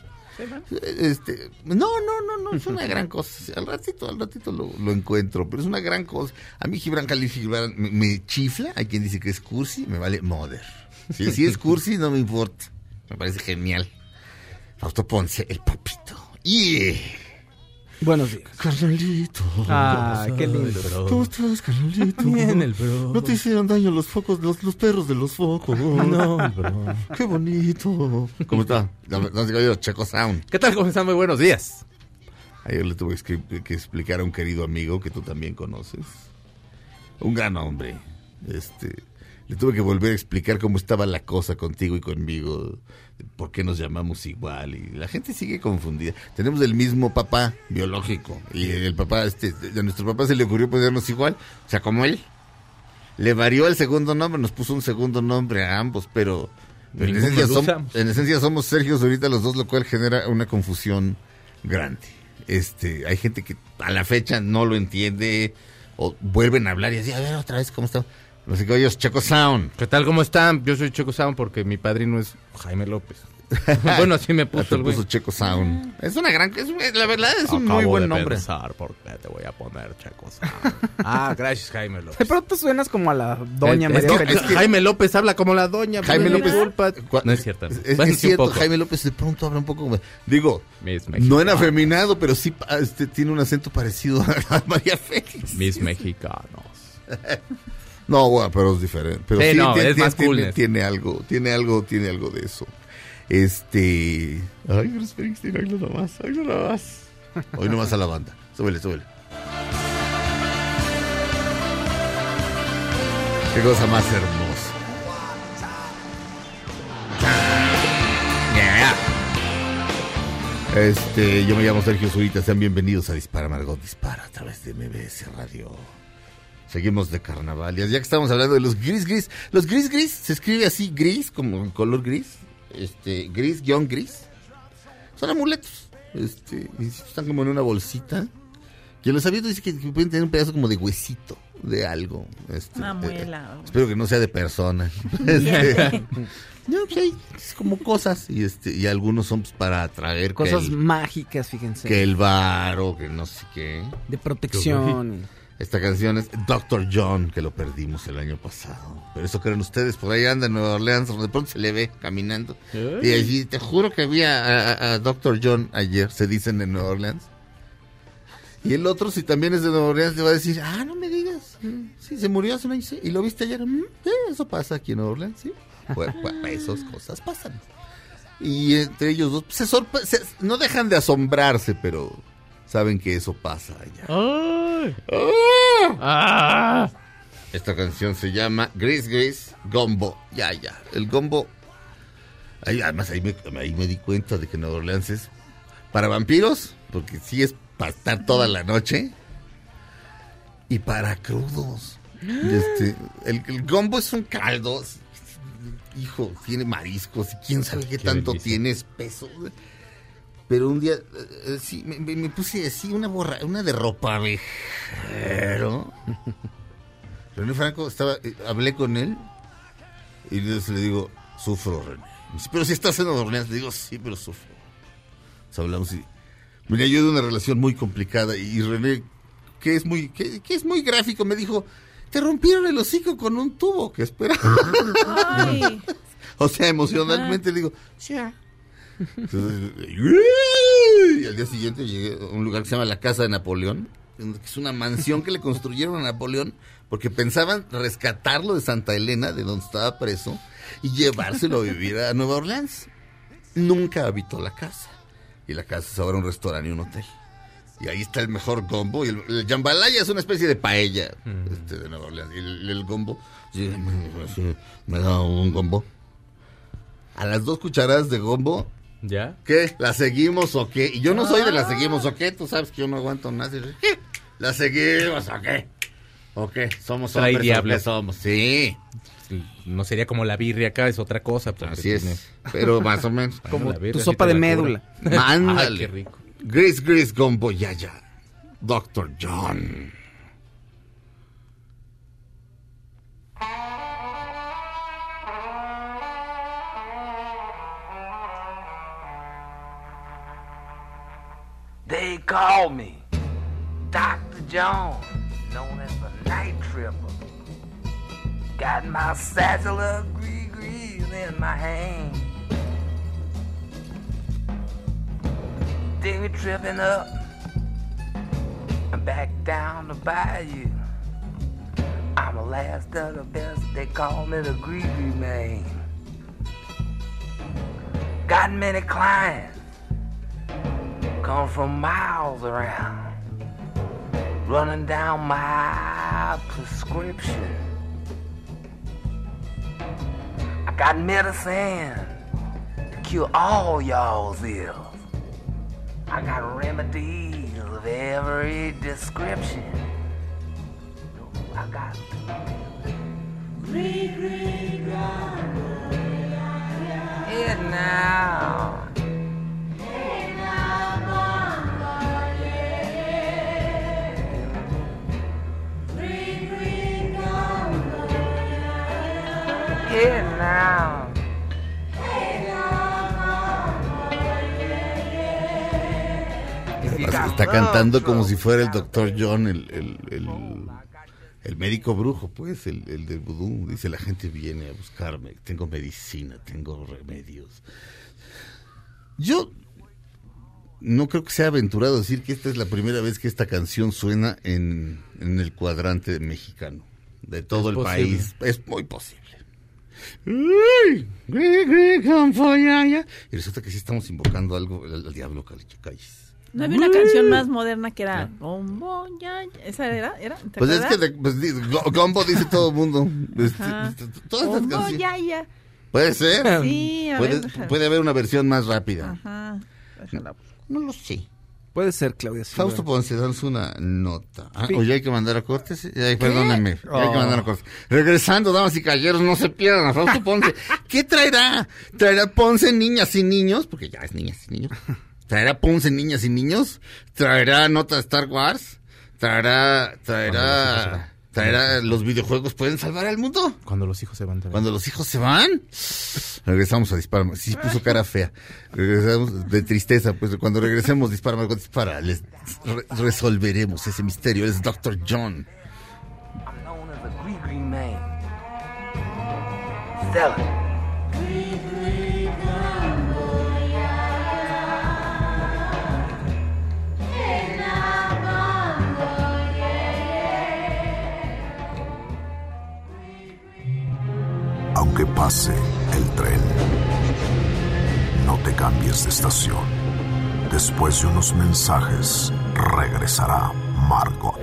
Este, no, no, no, no, es una gran cosa. Al ratito, al ratito lo, lo encuentro, pero es una gran cosa. A mí Gibran Khalil Gibran me, me chifla. Hay quien dice que es cursi, me vale mother. Si, si es cursi, no me importa. Me parece genial. Fausto Ponce, el papito. ¡Yeah! Buenos días. Carnalito. Ay, qué lindo. ¿Cómo estás, carnalito? Bien, el bro. No te hicieron daño los focos, los, los perros de los focos. No, bro. Qué bonito. ¿Cómo está? No, no, digo, Checo Sound. ¿Qué tal? ¿Cómo están? Muy buenos días. Ayer le tuve que, escri- que explicar a un querido amigo que tú también conoces. Un gran hombre. Este, le tuve que volver a explicar cómo estaba la cosa contigo y conmigo. Por qué nos llamamos igual. Y la gente sigue confundida. Tenemos el mismo papá biológico. Y el papá, este, a nuestro papá se le ocurrió ponernos igual. O sea, como él. Le varió el segundo nombre, nos puso un segundo nombre a ambos, pero, pero en, Ninguno esencia lo som- usamos. en esencia somos Sergios ahorita los dos, lo cual genera una confusión grande. Este, hay gente que a la fecha no lo entiende o vuelven a hablar y así, a ver otra vez cómo está. No sé qué, oye, Checo Sound. ¿Qué tal? ¿Cómo están? Yo soy Checo Sound porque mi padrino es Jaime López. Bueno, así me Ah, puso te el güey. puso Checo Sound. Es una gran, es, un- la verdad es un Acabo muy buen de nombre. pensar por qué te voy a poner Checo Sound. Ah, gracias, Jaime López. De pronto suenas como a la doña Es- María es que Félix. Jaime López habla como la doña. Jaime pero López. disculpa. Cua- No es cierto. Es, es Bueno, sí, un cierto, poco. Jaime López de pronto habla un poco como, digo, Miss no Mexicano. en afeminado, pero sí ah, este, tiene un acento parecido a María Félix. Mis mexicanos. No, bueno, pero es diferente. Pero Sí, sí, no, tiene, es más tiene, coolness. tiene algo, tiene algo, tiene algo de eso. Este. Ay, Bruce Springsteen, hoy no más, hoy no más. Hoy no más a la banda. Súbele, súbele. Qué cosa más hermosa. Yeah. Este, yo me llamo Sergio Zurita, sean bienvenidos a Dispara Margot Dispara a través de M B S Radio. Seguimos de carnavalias, ya que estamos hablando de los gris gris. Los gris gris se escribe así, gris, como en color gris. Este, gris, guión gris. Son amuletos. Este, y están como en una bolsita. Y en los sabios dice que, que pueden tener un pedazo como de huesito, de algo. Este, Una eh, muela. espero que no sea de persona. Este, no, pues hay es como cosas. Y este, y algunos son pues, para atraer que Cosas el, mágicas, fíjense. que el varo, que no sé qué. De protección. Esta canción es doctor John, que lo perdimos el año pasado. Pero eso creen ustedes, por ahí anda en Nueva Orleans, de pronto se le ve caminando. Y allí, te juro que vi a, a- a doctor John ayer, se dicen en Nueva Orleans. Y el otro, si también es de Nueva Orleans, le va a decir, ah, no me digas, mm, sí, se murió hace un año, sí, y lo viste ayer, mm, sí, eso pasa aquí en Nueva Orleans, sí. Bueno, bueno, esas cosas pasan. Y entre ellos dos, se sorpre- se- no dejan de asombrarse, pero saben que eso pasa allá. Ay. ¡Ah! Ah. Esta canción se llama Gris Gris Gombo. Ya, ya. El gombo. Ahí, además, ahí me, ahí me di cuenta de que Nueva Orleans es para vampiros, porque sí es para estar toda la noche. Y para crudos. Este, el, el gombo es un caldo. Hijo, tiene mariscos y quién sabe qué, Qué tanto delicia. tiene espeso. Pero un día, eh, eh, sí, me, me- me puse así una borra, una de ropa vejero. René Franco, estaba, eh, hablé con él y entonces le digo, sufro, René. Me dice, pero si estás en Nueva Orleans, le digo, sí, pero sufro. Entonces hablamos y, mira, yo de una relación muy complicada y René, que es muy, que, que es muy gráfico, me dijo, te rompieron el hocico con un tubo, ¿qué esperas? Ay. O sea, emocionalmente digo, ya. Entonces, y al día siguiente llegué a un lugar que se llama la Casa de Napoleón, que es una mansión que le construyeron a Napoleón porque pensaban rescatarlo de Santa Elena, de donde estaba preso, y llevárselo a vivir a Nueva Orleans. Nunca habitó la casa. Y la casa es ahora un restaurante y un hotel. Y ahí está el mejor gombo. Y el, el jambalaya es una especie de paella mm. este, de Nueva Orleans. Y el, el gombo, sí, me, me da un gombo. A las dos cucharadas de gombo, ¿ya? ¿Qué? ¿La seguimos o qué? Y yo no soy de la seguimos o qué. Tú sabes que yo no aguanto nada. ¿Qué? ¿La seguimos o qué? ¿O qué? ¿Somos hombres o qué somos? Sí. No sería como la birria acá, es otra cosa. Así es. Tiene... Pero más o menos. Como birria, tu sopa de médula. Mándale. Ay, qué rico. Gris, gris, gombo, ya, ya. doctor John. They call me Doctor John, known as the Night Tripper. Got my satchel of gree-grees in my hand. They be tripping up and back down the bayou. I'm the last of the best, they call me the gree-gree man. Got many clients, come from miles around, running down my prescription. I got medicine to cure all y'all's ills. I got remedies of every description. I got green, green, Head now. Hey now, mama, yeah. Green, green, Head now. Está cantando como si fuera el doctor John, el, el, el, el médico brujo, pues, el, el del vudú. Dice, la gente viene a buscarme, tengo medicina, tengo remedios. Yo no creo que sea aventurado decir que esta es la primera vez que esta canción suena en, en el cuadrante mexicano, de todo el posible. País. Es muy posible. Y resulta que sí estamos invocando algo, al, al diablo, calles. ¿No había una canción más moderna que era Gombo, ya, ya? ¿Esa era? ¿Era? Pues es que de, pues, Gombo dice todo el mundo. Este, todas Gombo, estas canciones. ya, ya. ¿Puede ser? Sí, a puede, ver. Puede haber una versión más rápida. Ajá. No, no lo sé. Puede ser, Claudia. Sí, Fausto Ponce, danos una nota. Ah, sí. Oye, hay que mandar a cortes. Ay, perdóname. Oh. Hay que mandar a cortes. Regresando, damas y caballeros, no se pierdan a Fausto Ponce. ¿Qué traerá? ¿Traerá Ponce niñas y niños? Porque ya es niñas y niños. ¿Traerá Ponce niñas y niños? ¿Traerá nota de Star Wars? ¿Traerá, traerá, traerá los videojuegos pueden salvar al mundo? Cuando los hijos se van también. ¿Cuando los hijos se van? Regresamos a Dispara. Sí, puso cara fea. Regresamos de tristeza. Pues cuando regresemos, Dispara, Margot, Dispara. Les re- resolveremos ese misterio. Él es doctor John. I'm known as the Green Green Man. Sell it. Green Green Gumbo, Hey now, Gumbo, Aunque pase el tren, no te cambies de estación. Después de unos mensajes, regresará Margot.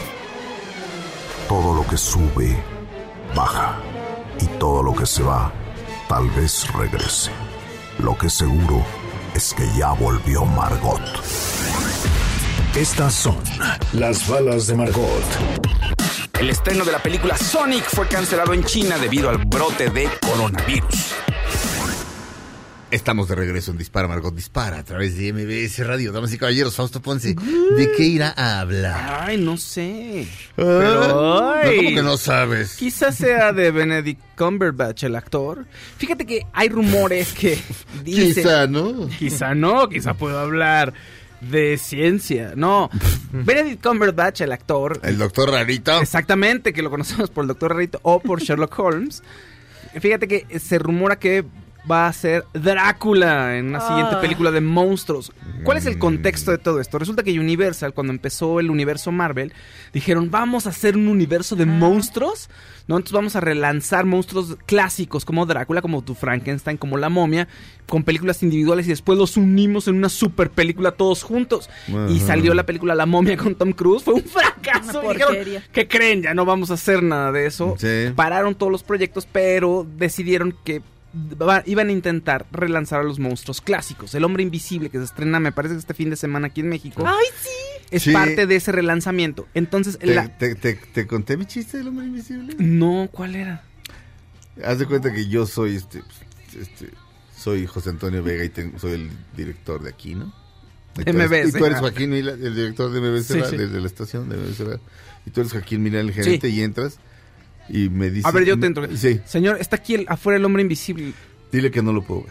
Todo lo que sube, baja. Y todo lo que se va, tal vez regrese. Lo que seguro es que ya volvió Margot. Estas son las balas de Margot. El estreno de la película Sonic fue cancelado en China debido al brote de coronavirus. Estamos de regreso en Dispara, Margot Dispara, a través de M B S Radio. Damas y caballeros, Fausto Ponce, ¿de qué irá a hablar? Ay, no sé. Pero, ay, no, ¿cómo que no sabes? Quizás sea de Benedict Cumberbatch, el actor. Fíjate que hay rumores que dicen... Quizá no. Quizá no, quizá puedo hablar. de ciencia. No, Benedict Cumberbatch, el actor. El doctor Rarito. Exactamente, que lo conocemos por el doctor Rarito o por Sherlock Holmes. Fíjate que se rumora que va a ser Drácula en una siguiente Ah. película de monstruos. ¿Cuál es el contexto de todo esto? Resulta que Universal, cuando empezó el universo Marvel, dijeron, vamos a hacer un universo de monstruos, ¿no? Entonces vamos a relanzar monstruos clásicos como Drácula, como tu Frankenstein, como La Momia, con películas individuales y después los unimos en una super película todos juntos. Ajá. Y salió la película La Momia con Tom Cruise, fue un fracaso. Una Y dijeron, porquería. ¿qué creen? Ya no vamos a hacer nada de eso. Sí. Pararon todos los proyectos, pero decidieron que va- iban a intentar relanzar a los monstruos clásicos. El Hombre Invisible, que se estrena, me parece que este fin de semana aquí en México, ¡Ay, sí! es Sí. parte de ese relanzamiento. Entonces, ¿Te, la... te, te, te conté mi chiste del hombre invisible? No, ¿cuál era? Haz de cuenta que yo soy este, este soy José Antonio Vega y tengo- soy el director de aquí, ¿no? Y tú M B eres- C. Y tú eres Joaquín Mila, el director de M B C, Sí, ¿verdad? sí. de, de la estación de M B C, ¿verdad? Y tú eres Joaquín Mila, el gerente, Sí. y entras y me dices... A ver, yo te entro. Sí, Señor, está aquí el- afuera el Hombre Invisible. dile que no lo puedo ver.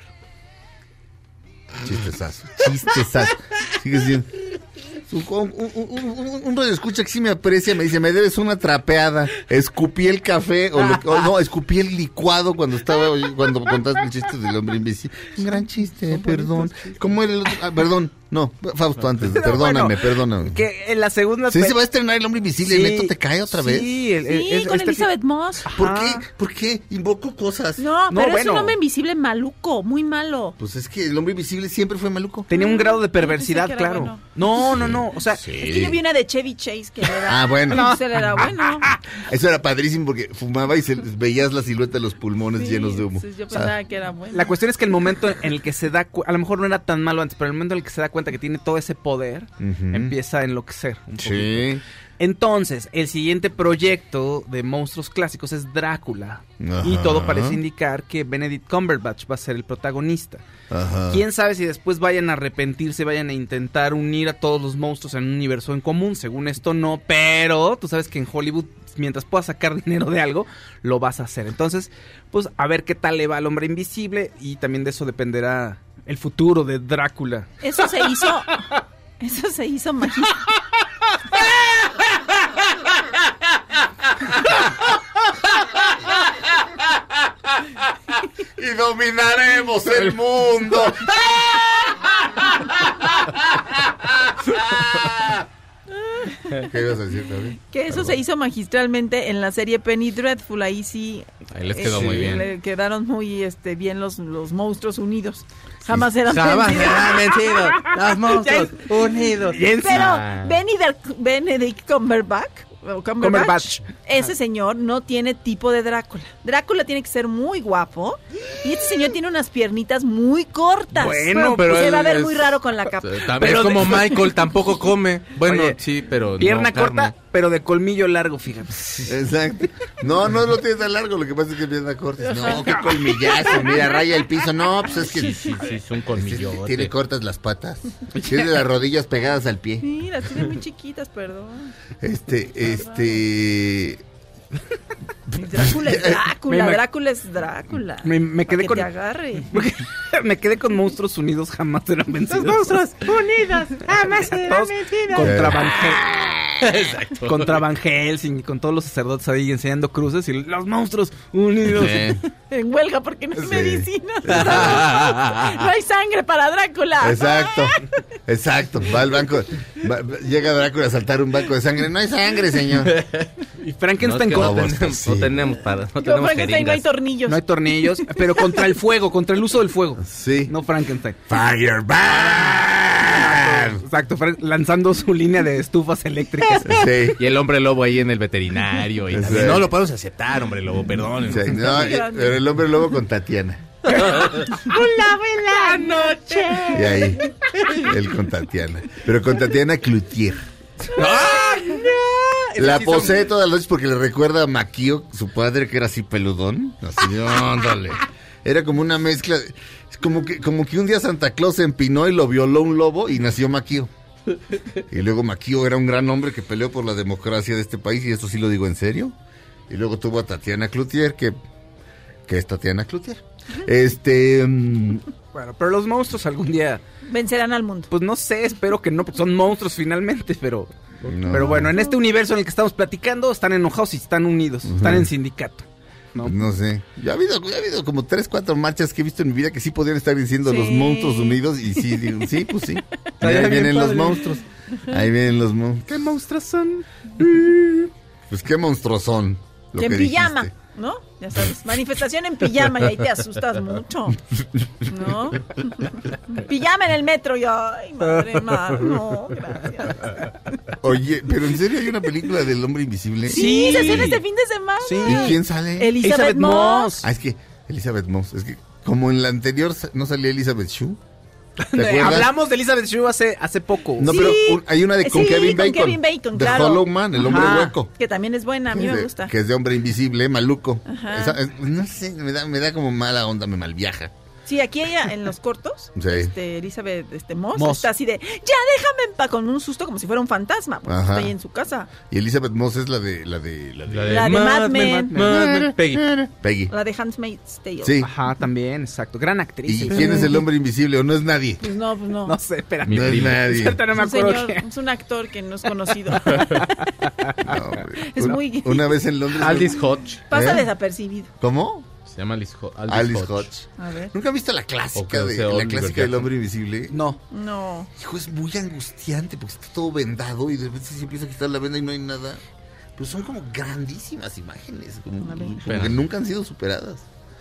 Chistezazo, chistezazo. Sigue siendo... Un, un, un, un, un radio escucha que sí me aprecia, me dice, me debes una trapeada. Escupí el café, o, lo, o no, escupí el licuado cuando estaba, cuando contaste el chiste del hombre invisible. Un gran chiste, perdón. ¿Cómo era el otro? Ah, perdón, no, Fausto antes, perdóname, Bueno, perdóname. Que en la segunda... Sí, pe- se va a estrenar el hombre invisible, Sí, ¿neto te cae otra vez? Sí, el- el- Sí, es- con este- Elizabeth Moss. ¿Por Ajá. qué? ¿Por qué? Invoco cosas. No, No, pero es bueno. un hombre invisible maluco, muy malo. Pues es que el hombre invisible siempre fue maluco. Tenía un grado de perversidad, Yo pensé que era claro. bueno. No, no, no, o sea... Es que yo vi una de Chevy Chase que era... Ah, bueno. Entonces él era bueno. Eso era padrísimo porque fumaba y se, veías la silueta de los pulmones Sí, llenos de humo. entonces yo pensaba que era bueno. La cuestión es que el momento en el que se da, cu- a lo mejor no era tan malo antes, pero el momento en el que se da cuenta que tiene todo ese poder, Ujú. empieza a enloquecer un poquito. Sí. Entonces, el siguiente proyecto de monstruos clásicos es Drácula. Ajá. Y todo parece indicar que Benedict Cumberbatch va a ser el protagonista. Ajá. Quién sabe si después vayan a arrepentirse, vayan a intentar unir a todos los monstruos en un universo en común. Según esto no, pero tú sabes que en Hollywood, mientras puedas sacar dinero de algo, lo vas a hacer. Entonces, pues a ver qué tal le va al Hombre Invisible y también de eso dependerá el futuro de Drácula. Eso se hizo... Eso se hizo magistral. Y dominaremos el mundo. ¿Qué ibas a decir, Gaby? Que eso se hizo magistralmente en la serie Penny Dreadful. Ahí sí... Ahí les quedó eh, muy bien. le quedaron muy este, bien los, los monstruos unidos. Jamás eran Jamás vencidos. serán vencidos los monstruos unidos. Pero Ah. Benedict, Benedict Cumberbatch, o Cumberbatch, Cumberbatch. ese señor no tiene tipo de Drácula. Drácula tiene que ser muy guapo y este señor tiene unas piernitas muy cortas. Bueno, pero se él va a ver es- muy raro con la capa. También Pero es como de- Michael, tampoco come. Bueno, Oye, sí, pero Pierna no carne. corta, pero de colmillo largo, fíjate. Exacto. No, no lo tiene tan largo, lo que pasa es que es pierna corta. No, qué colmillazo, mira, raya el piso. No, pues es que Sí, sí, sí, es un colmillote. tiene cortas las patas. Tiene las rodillas pegadas al pie. Sí, las tiene muy chiquitas, perdón. Este, este... Drácula es Me Drácula, ima- Drácula es Drácula. Me- me Pa' quedé que con- te agarre. Porque me quedé con Monstruos Unidos, jamás serán vencidos. unidos jamás Todos contra Van Hel- Exacto. contra Van Helsing y con todos los sacerdotes ahí enseñando cruces y los monstruos unidos. Sí. En huelga porque no hay Sí. medicina. No hay sangre para Drácula. Exacto, exacto. Va al banco, va- llega Drácula a saltar un banco de sangre. No hay sangre, señor. Y Frankenstein no, es que con- no, con- tenemos, sí. no tenemos para, no Como tenemos Frankenstein no hay jeringas. tornillos. no hay tornillos, pero contra el fuego, contra el uso del fuego. Sí. No Frankenstein. Fireburn. Exacto, Fra- lanzando su línea de estufas eléctricas. Sí. Y el hombre lobo ahí en el veterinario. Y Sí. también, no lo podemos aceptar, hombre lobo, perdón. Sí, no, eh, pero el hombre lobo con Tatiana. Hola, buena noche. Y ahí, él con Tatiana. Pero con Tatiana Cloutier. La posee todas las noches porque le recuerda a Maquio, su padre, que era así peludón. Así, ándale. Era como una mezcla. Es como que, como que un día Santa Claus se empinó y lo violó un lobo y nació Maquio. Y luego Maquio era un gran hombre que peleó por la democracia de este país, y esto sí lo digo en serio. Y luego tuvo a Tatiana Cloutier, que, que es Tatiana Cloutier. Este. mm, Bueno, pero los monstruos algún día... Vencerán al mundo. Pues no sé, espero que no, porque son monstruos finalmente, pero... No. Pero bueno, en este universo en el que estamos platicando, están enojados y están unidos, uh-huh. están en sindicato. No, pues no sé. Ya ha habido, ya ha habido como tres, cuatro marchas que he visto en mi vida que sí podrían estar diciendo sí. los monstruos unidos y sí, digo, sí, pues sí. Ahí, ahí vienen los monstruos. Ahí vienen los monstruos. ¿Qué monstruos son? Pues qué monstruos son. Lo y en que pijama, dijiste. ¿no? Ya sabes, manifestación en pijama y ahí te asustas mucho, ¿no? Pijama en el metro y ay, madre mía, no, gracias. Oye, pero ¿en serio hay una película del Hombre Invisible? Sí, se hace este fin de semana. Sí. ¿Y quién sale? Elizabeth, Elizabeth Moss. Ah, es que Elizabeth Moss, es que como en la anterior no salía Elizabeth Shue. Hablamos de Elizabeth Shue hace, hace poco. No, sí. pero un, hay una de con sí, Kevin Bacon. Con Kevin Bacon, The claro. Hollow Man, el hombre Ajá, hueco. Que también es buena, a mí que me de, gusta. Que es de hombre invisible, maluco. Ajá. Esa, no sé, me da, me da como mala onda, me malviaja. Sí, aquí ella en los cortos, sí. este, Elizabeth este, Moss, Moss está así de, ya déjame en paz, con un susto como si fuera un fantasma, porque está ahí en su casa. Y Elizabeth Moss es la de, la de, la de, la de, la de Mad Men. Mad Men. Peggy. Peggy. La de Handmaid's Tale. Sí. Ajá, también, exacto. Gran actriz. ¿Y quién es el hombre invisible o no es nadie? Pues no, pues no. No sé, espera. No es nadie. No me es, un acuerdo señor, es un actor que no es conocido. No, es una, muy... Una vez en Londres... Aldis Hodge. Pasa ¿Eh? desapercibido. ¿Cómo? Se llama Alice, Ho- Aldis Alice Hodge. Hodge. A ver. ¿Nunca has visto la clásica, O que de, sea la Oliver clásica del Jackson. hombre invisible? No. No. Hijo, es muy angustiante porque está todo vendado y de repente se empieza a quitar la venda y no hay nada. Pero son como grandísimas imágenes, como, como que nunca han sido superadas.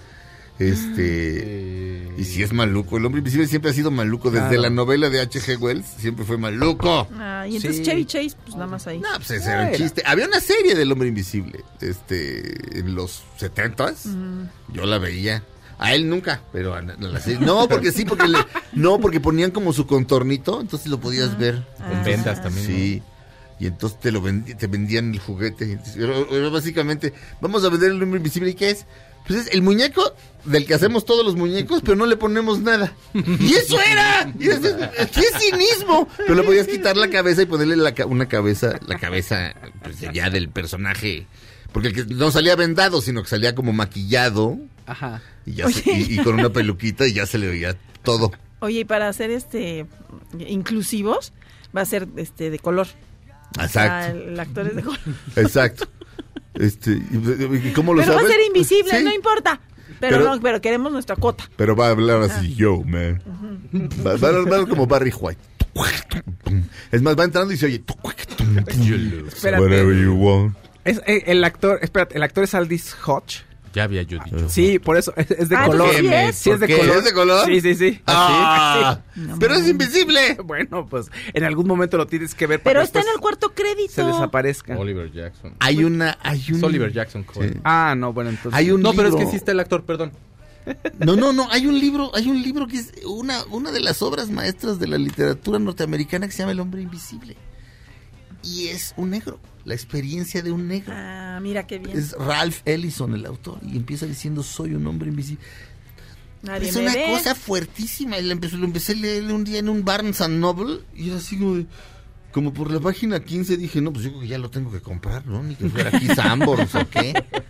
Este... Y si es maluco, el hombre invisible siempre ha sido maluco. Desde Claro. la novela de H G Wells siempre fue maluco. Ah, y entonces Sí. Chevy Chase, pues nada más ahí. No, pues ese era un chiste. Había una serie del hombre invisible, este, en los setentas. Mm. Yo la veía. A él nunca, pero a la, la serie. No, porque sí, porque le, no, porque ponían como su contornito, entonces lo podías Ah. ver. Con vendas también. Sí. Y entonces te lo vendi- te vendían el juguete. Era, era básicamente, vamos a vender el hombre invisible. ¿Y qué es? Pues es el muñeco del que hacemos todos los muñecos, pero no le ponemos nada. ¡Y eso era! Y es, ¡qué cinismo! Pero le podías quitar la cabeza y ponerle la, ca- una cabeza, la cabeza pues, ya del personaje. Porque el que no salía vendado, sino que salía como maquillado. Ajá. Y, ya se- y, y con una peluquita y ya se le veía todo. Oye, y para hacer este inclusivos, va a ser este de color. Exacto. O sea, el actor es de color. Exacto. Este, ¿y, y cómo lo Pero va a sabes? ser invisible, Sí. no importa. Pero, Pero- no, pero queremos nuestra cuota. Pero va a hablar así, yo, man. Va, va a hablar como Barry White. Es más, va entrando y se oye. Espérate. Whatever you want. Es, eh, el actor, espérate, el actor es Aldis Hodge. Ya había yo dicho. Sí, por eso, es, es de Ah, color. ¿sí es? Sí, es de ¿Por qué? color. ¿Es de color? Sí, sí, sí. Ah, No pero es mames. invisible. Bueno, pues en algún momento lo tienes que ver para Pero que está en después el cuarto crédito. se desaparezca. Oliver Jackson. Hay una, hay un. Es Oliver Jackson Cohen. Sí. Ah, no, bueno, entonces. Hay un No, pero es libro- que sí está el actor, perdón. No, no, no, hay un libro, hay un libro que es una, una de las obras maestras de la literatura norteamericana que se llama El hombre invisible. Y es un negro, la experiencia de un negro. Ah, mira qué bien. Es Ralph Ellison el autor y empieza diciendo soy un hombre invisible. Nadie Es me una ve. cosa fuertísima y lo empecé, lo empecé a leer un día en un Barnes and Noble y era así como de, como por la página quince dije, no, pues yo creo que ya lo tengo que comprar, ¿no? Ni que fuera aquí Sambors o qué.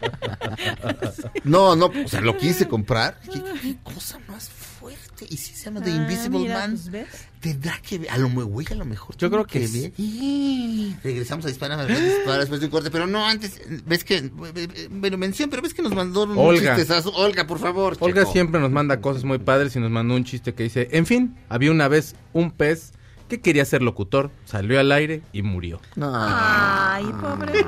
No, no, o sea, lo quise comprar. ¿Qué, qué cosa más fuerte? Y si se llama The Ah, Invisible mira, Man. pues, ¿ves? Tendrá que ver, a lo mejor, a lo mejor. Yo tengo creo que ver. Y regresamos a Hispana Dispara después de un corte, pero no antes, ves que, bueno, mención, pero ves que nos mandó un Olga. chistezazo. Olga, por favor. Olga Checo. siempre nos manda cosas muy padres y nos mandó un chiste que dice, en fin, había una vez un pez que quería ser locutor, salió al aire y murió. No. Ay, pobre.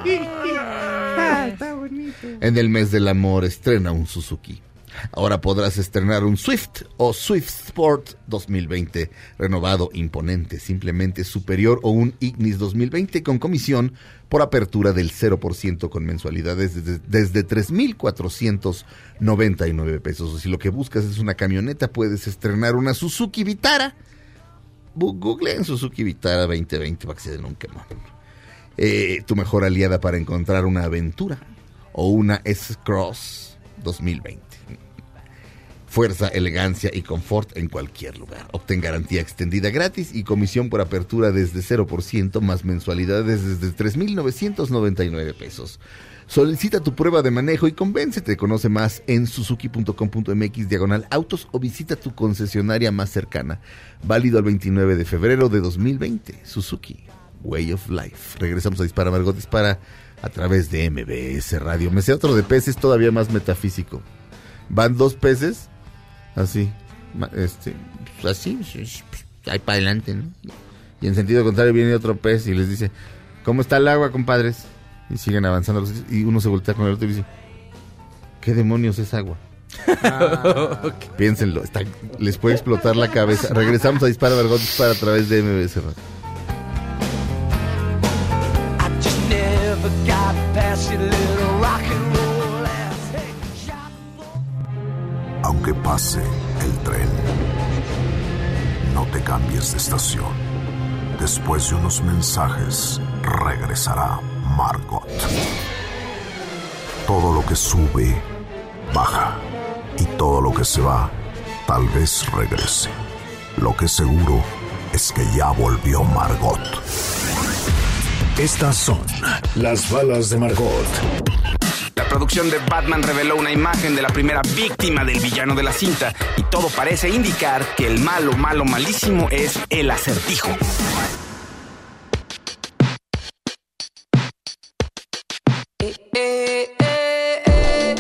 En el mes del amor estrena un Suzuki. Ahora podrás estrenar un Swift o Swift Sport dos mil veinte, renovado, imponente, simplemente superior, o un Ignis dos mil veinte con comisión por apertura del cero por ciento con mensualidades desde, desde tres mil cuatrocientos noventa y nueve pesos. O si lo que buscas es una camioneta, puedes estrenar una Suzuki Vitara. Bu- Google en Suzuki Vitara veinte veinte para que se den un quemón. Eh, tu mejor aliada para encontrar una aventura o una S-Cross dos mil veinte. Fuerza, elegancia y confort en cualquier lugar. Obtén garantía extendida gratis y comisión por apertura desde cero por ciento más mensualidades desde tres mil novecientos noventa y nueve pesos. Solicita tu prueba de manejo y convéncete. Conoce más en suzuki punto com punto m x diagonal autos o visita tu concesionaria más cercana. Válido el veintinueve de febrero de dos mil veinte. Suzuki, Way of Life. Regresamos a Dispara, Margot Dispara a través de M B S Radio. Me sé otro de peces todavía más metafísico. Van dos peces, así, este, así, ahí para adelante, ¿no? Y en sentido contrario viene otro pez y les dice, ¿cómo está el agua, compadres? Y siguen avanzando los, y uno se voltea con el otro y dice, ¿qué demonios es agua? Ah, okay. Piénsenlo, está, les puede explotar la cabeza. Regresamos a Dispara, Margot Dispara a través de M B S Radio. Aunque pase el tren, no te cambies de estación. Después de unos mensajes, regresará Margot. Todo lo que sube, baja. Y todo lo que se va, tal vez regrese. Lo que seguro es que ya volvió Margot. Estas son las balas de Margot. La producción de Batman reveló una imagen de la primera víctima del villano de la cinta y todo parece indicar que el malo, malo, malísimo es el Acertijo. Eh, eh, eh, eh.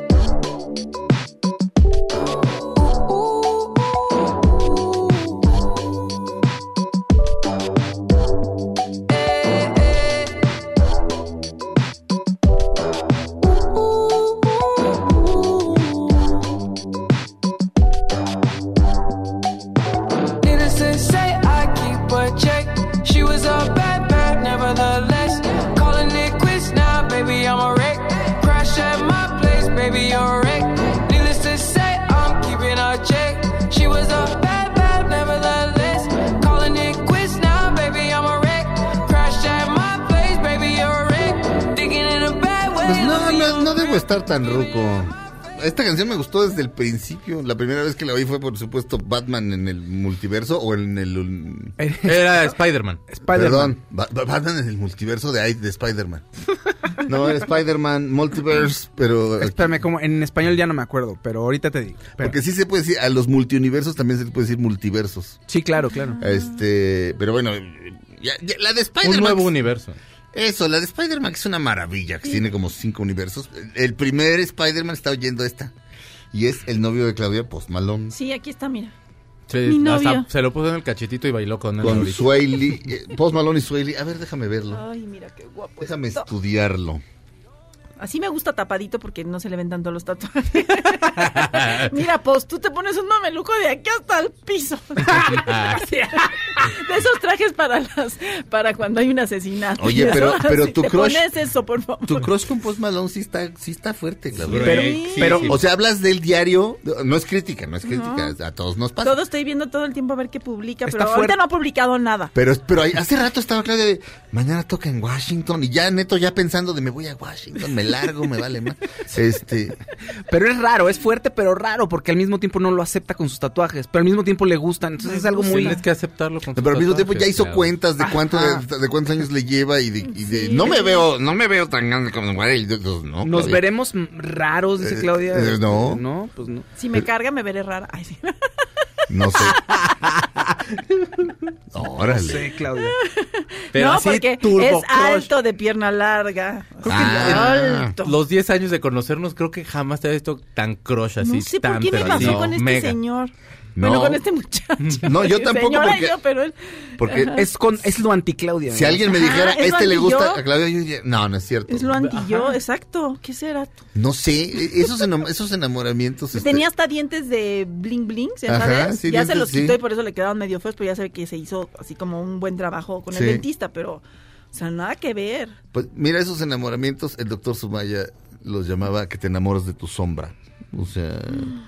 Estar tan ruco. Esta canción me gustó desde el principio. La primera vez que la oí fue, por supuesto, Batman en el multiverso o en el... Era Spider-Man. Spider-Man. Perdón, ba- Batman en el multiverso de, de Spider-Man. No, era Spider-Man Multiverse, pero... Espérame, como en español ya no me acuerdo, pero ahorita te digo. Espera. Porque sí se puede decir, a los multiuniversos también se les puede decir multiversos. Sí, claro, claro. Este, pero bueno, ya, ya, la de Spider-Man... Un nuevo universo. Eso, la de Spider-Man es una maravilla, que sí. Tiene como cinco universos. El primer Spider-Man está oyendo esta. Y es el novio de Claudia, Post Malone. Sí, aquí está, mira. Sí, Mi novio. Se lo puso en el cachetito y bailó con él. Con Sway Lee, eh, Post Malone y Sway Lee. A ver, déjame verlo. Ay, mira qué guapo. Déjame esto. estudiarlo. Así me gusta tapadito porque no se le ven tanto los tatuajes. Mira, pues tú te pones un mameluco de aquí hasta el piso. De esos trajes para las para cuando hay un asesinato. Oye, pero, pero si tu te crush... pones eso, por favor. Tu crush con Post Malone sí está, sí está fuerte, claro. Sí, pero, sí, pero sí. O sea, hablas del diario. No es crítica, no es crítica. No. A todos nos pasa. Todo estoy viendo todo el tiempo a ver qué publica, Está pero fuerte. ahorita no ha publicado nada. Pero, pero hay, hace rato estaba Claudia de, mañana toca en Washington, y ya neto ya pensando de me voy a Washington, me largo, me vale más. Este, pero es raro, es fuerte, pero raro, porque al mismo tiempo no lo acepta con sus tatuajes, pero al mismo tiempo le gustan, entonces es algo muy... Tienes que aceptarlo con sus pero al mismo tiempo ya hizo claro. cuentas de cuánto de, de cuántos años le lleva y de, y de Sí. no me veo, no me veo tan grande como güey, no, Nos Claudia. veremos raros, dice Eh, Claudia. eh, no. No, pues no. Si me carga me veré rara. Ay, sí. No sé. Órale. No sé, Claudia. Pero no, así, porque turbo es crush. alto, de pierna larga. Creo Ah. que alto. los diez años de conocernos, creo que jamás te había visto tan crush así. No sé tan, por qué me pero pasó así, con este mega. señor. No. Bueno, con este muchacho. No, yo tampoco, Señora porque- yo, pero él... Porque Ajá. Es con es lo anti Claudia. si alguien me dijera, Ajá, ¿es este le lo gusta anti-yo? a Claudia, yo diría, no, no es cierto. Es lo anti yo, exacto. ¿Qué será tú? No sé, esos, enam- esos enamoramientos. este, Tenía hasta dientes de bling bling, ¿ya Ajá, sabes? sí, ya se dientes, los quitó sí. y por eso le quedaban medio feos, pero ya se ve que se hizo así como un buen trabajo con Sí. el dentista, pero, o sea, nada que ver. Pues mira, esos enamoramientos, el doctor Sumaya los llamaba que te enamoras de tu sombra. O sea,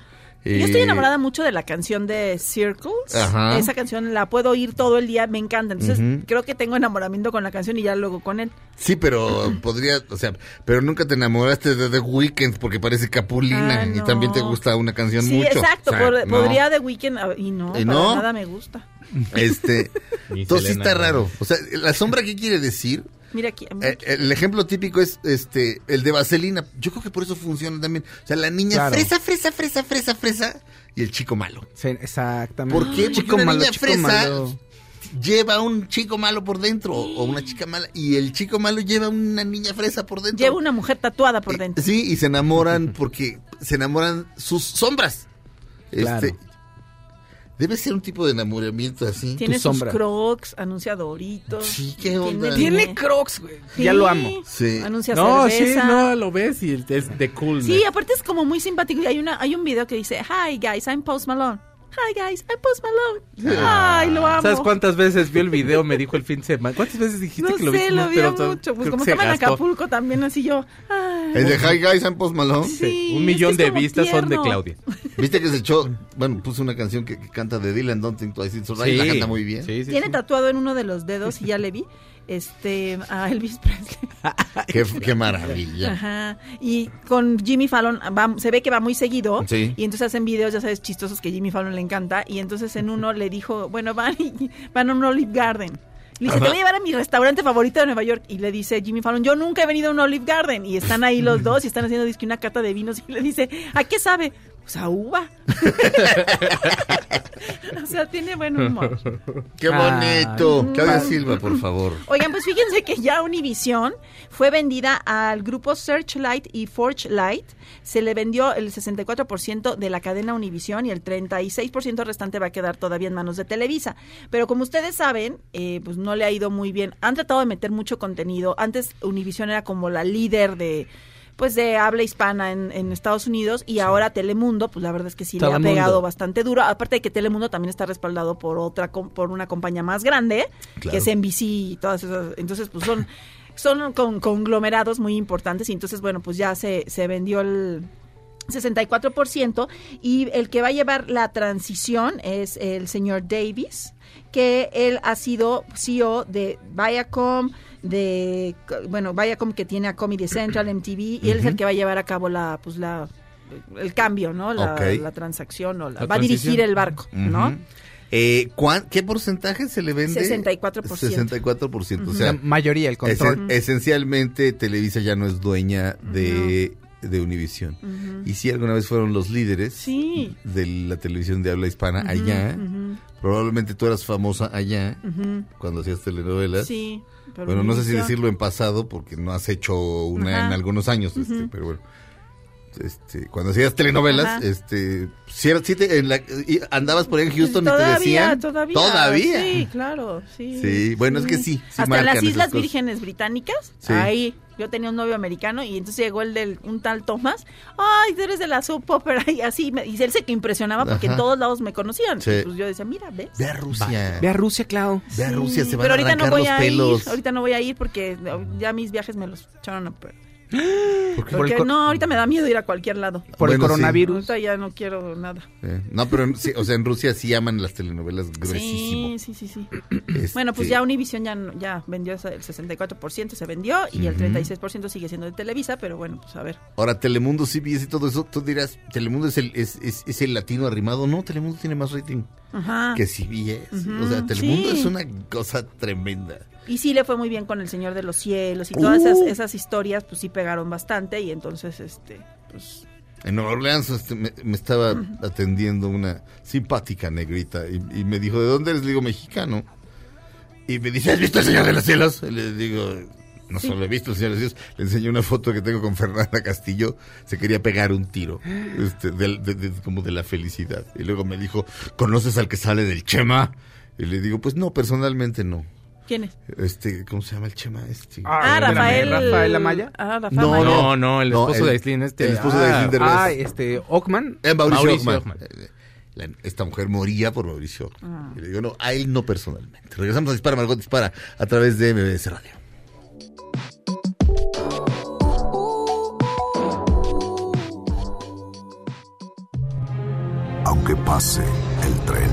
Eh, Yo estoy enamorada mucho de la canción de Circles. Ajá. Esa canción la puedo oír todo el día, me encanta. Entonces Ujú. creo que tengo enamoramiento con la canción y ya luego con él. Sí, pero podría, o sea, pero nunca te enamoraste de The Weeknd porque parece Capulina Ah, y no. también te gusta una canción Sí, mucho. exacto. O sea, pod- no. Podría The Weeknd a- y no, ¿Y para no? nada me gusta. Este, Ni entonces sí Selena, está ¿no? raro. O sea, la sombra, ¿qué quiere decir? Mira aquí. Eh, el ejemplo típico es este el de Vaselina. Yo creo que por eso funciona también. O sea, la niña Claro. fresa, fresa, fresa, fresa, fresa y el chico malo. Sí, exactamente. ¿Por qué? Porque Chico una malo, niña chico fresa malo. lleva un chico malo por dentro o una chica mala y el chico malo lleva una niña fresa por dentro. Lleva una mujer tatuada por Eh, dentro. Sí, y se enamoran porque se enamoran sus sombras. Claro. Este, debe ser un tipo de enamoramiento así. Tiene tu sus sombra. crocs, anuncia Doritos. Sí, qué onda. Tiene Crocs, güey. Sí, Ya lo amo. Sí. Anuncia No, sí, cerveza. no, lo ves y es de cool. Sí, aparte es como muy simpático. Y hay una, hay un video que dice, Hi guys, I'm Post Malone. Hi guys, I'm Post Malone. Ay, lo amo. ¿Sabes cuántas veces vio el video? Me dijo el fin de semana. ¿Cuántas veces dijiste No que lo sé, viste? lo vi Pero mucho. Pues creo como que se estaba en gastó. Acapulco también, así yo. Ay. El de Hi Guys and Post Malone. Sí, Un es millón que de es como vistas son de tierno. Claudia. Viste que se echó, bueno, puso una canción que, que canta de Dylan Don't Think Twice It's Alright, la canta muy bien. Sí, sí, Tiene sí. tatuado en uno de los dedos, y ya le vi, este, a Elvis Presley. Qué, qué maravilla. Ajá. Y con Jimmy Fallon va- se ve que va muy seguido. Sí. Y entonces hacen videos, ya sabes, chistosos que Jimmy Fallon le encanta. Y entonces en uno le dijo, bueno, van, y- van a un Olive Garden. Le dice, Ajá. te voy a llevar a mi restaurante favorito de Nueva York. Y le dice Jimmy Fallon, yo nunca he venido a un Olive Garden. Y están ahí los dos y están haciendo disque una cata de vinos. Y le dice, ¿a qué sabe? Pues a uva. O sea, tiene buen humor. Qué bonito. Ah. Claudia Silva, por favor. Oigan, pues fíjense que ya Univision fue vendida al grupo Searchlight y Forgelight. Se le vendió el sesenta y cuatro por ciento de la cadena Univision y el treinta y seis por ciento restante va a quedar todavía en manos de Televisa. Pero como ustedes saben, eh, pues no le ha ido muy bien. Han tratado de meter mucho contenido. Antes Univision era como la líder de... pues de habla hispana en, en Estados Unidos, y ahora Telemundo, pues la verdad es que sí Telemundo. le ha pegado bastante duro, aparte de que Telemundo también está respaldado por otra com- por una compañía más grande, Claro. que es N B C y todas esas, entonces pues son son con, conglomerados muy importantes, y entonces bueno, pues ya se, se vendió el sesenta y cuatro por ciento, y el que va a llevar la transición es el señor Davis, que él ha sido C E O de Viacom, de, bueno, Viacom, que tiene a Comedy Central, M T V, y él es el que va a llevar a cabo la, pues la, el cambio, ¿no? La, Ok. la transacción, o la, La va a dirigir transición. el barco, ¿no? Ujú. Eh, ¿cuán- ¿Qué porcentaje se le vende? sesenta y cuatro por ciento. sesenta y cuatro por ciento. O La sea, mayoría, el control. esen- esencialmente Televisa ya no es dueña de, de Univision. Y si alguna vez fueron los líderes Sí. de la televisión de habla hispana allá, Ujú, probablemente tú eras famosa allá ujú. cuando hacías telenovelas. Sí. pero Bueno, no sé si Univision- decirlo en pasado porque no has hecho una Ajá. en algunos años, este, pero bueno. Este, cuando hacías telenovelas, Ajá. este, si era- si te- en la- y andabas por ahí en Houston todavía, y te decían, todavía, todavía. Sí, claro, sí. Sí, bueno, es que sí, sí Hasta en marcan las esas Islas cosas. Vírgenes Británicas, Sí. ahí yo tenía un novio americano y entonces llegó el del un tal Thomas, ay, tú eres de la soap opera, y así, me- y él se que impresionaba porque Ajá. en todos lados me conocían. Sí. Y pues yo decía, mira, ¿ves? Ve a Rusia. Ve a Rusia, Clau. Ve a Sí, Rusia, se van pero a ahorita arrancar no voy los a pelos. ir, ahorita no voy a ir porque ya mis viajes me los echaron a perder. Por el Porque co- no, ahorita me da miedo ir a cualquier lado. Por el Bueno, sí. coronavirus. Ahorita ya no quiero nada. Eh, no, pero en- sí, o sea, en Rusia sí aman las telenovelas gruesísimo. Sí, sí, sí, sí. Este, Bueno, pues ya Univision ya, no- ya vendió esa- el sesenta y cuatro por ciento, se vendió, y el Ujú. treinta y seis por ciento sigue siendo de Televisa, pero bueno, pues a ver. Ahora, Telemundo, C B S y todo eso, tú dirás, ¿Telemundo es el, es, es, es el latino arrimado? No, Telemundo tiene más rating Ajá. que C B S. Ujú, O sea, Telemundo sí. es una cosa tremenda. Y sí le fue muy bien con El Señor de los Cielos y todas Uh. esas, esas historias, pues sí pegaron bastante, y entonces, este, pues... En Nueva Orleans este, me, me estaba atendiendo una simpática negrita y, y me dijo, ¿de dónde eres? Le digo, mexicano. Y me dice, ¿has visto El Señor de los Cielos? Y le digo, no solo he visto El Señor de los Cielos. Le enseñé una foto que tengo con Fernanda Castillo. Se quería pegar un tiro, este, del- de, de- como de la felicidad. Y luego me dijo, ¿conoces al que sale del Chema? Y le digo, pues no, personalmente no. ¿Quién es? Este, ¿cómo se llama el Chema? Este. Ah, espérame, Rafael... Rafael Amaya. Ah, Rafael No, Amaya. No, no, el No, esposo el- de Aislinn, este. el esposo de Aislinn Derbez. Ah, este, Ockman. Eh, Mauricio, Mauricio Ockman. Ockman. Eh, la- esta mujer moría por Mauricio Ockman. Ah. Y le digo, no, a él no personalmente. Regresamos a Dispara, Margot Dispara, a través de M B S Radio. pase el tren.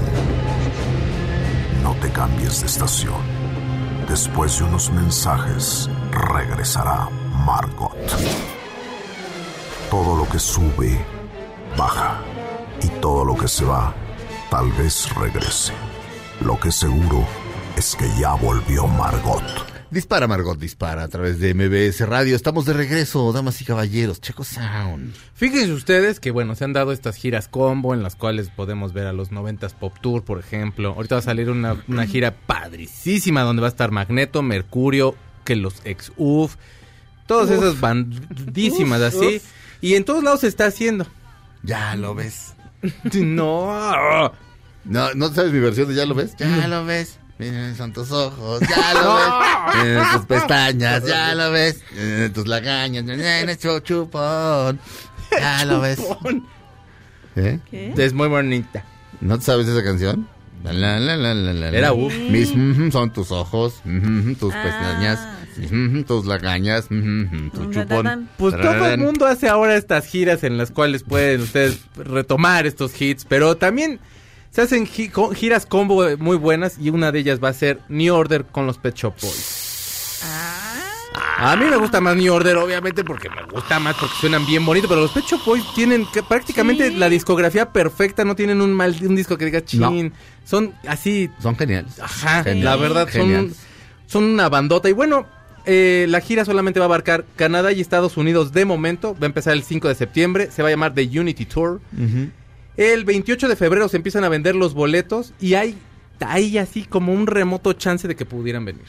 No te cambies de estación. Después de unos mensajes, regresará Margot. Todo lo que sube, baja. Y todo lo que se va, tal vez regrese. Lo que seguro es que ya volvió Margot. Dispara, Margot, dispara a través de M B S Radio. Estamos de regreso, damas y caballeros. Checo Sound. Fíjense ustedes que, bueno, se han dado estas giras combo en las cuales podemos ver a los noventas Pop Tour, por ejemplo. Ahorita va a salir una, una gira padricísima donde va a estar Magneto, Mercurio, que los ex-U F, todas uf. esas bandísimas uf, así. Uf. Y en todos lados se está haciendo. Ya lo ves. No. No, ¿no sabes mi versión de ya lo ves? Ya lo ves. Miren, son tus ojos, ya lo ves. Miren tus pestañas, ya lo ves. Miren tus lagañas, miren chupón. Ya lo ves. ¿Eh? ¿Qué? Es muy bonita. ¿No sabes esa canción? La, la, la, la, la, la. Era uf. Mis mm, son tus ojos, mm, tus ah. pestañas, mm, tus lagañas, mm, tu chupón. Pues todo el mundo hace ahora estas giras en las cuales pueden ustedes retomar estos hits, pero también se hacen gi- giras combo muy buenas y una de ellas va a ser New Order con los Pet Shop Boys. Ah. A mí me gusta más New Order, obviamente, porque me gusta más, porque suenan bien bonito, pero los Pet Shop Boys tienen que, prácticamente sí. la discografía perfecta, no tienen un mal un disco que diga chin. No. Son así... Son geniales. Ajá, geniales. La verdad, son, son una bandota. Y bueno, eh, la gira solamente va a abarcar Canadá y Estados Unidos de momento. Va a empezar el cinco de septiembre, se va a llamar The Unity Tour. Uh-huh. El veintiocho de febrero se empiezan a vender los boletos y hay, hay así como un remoto chance de que pudieran venir.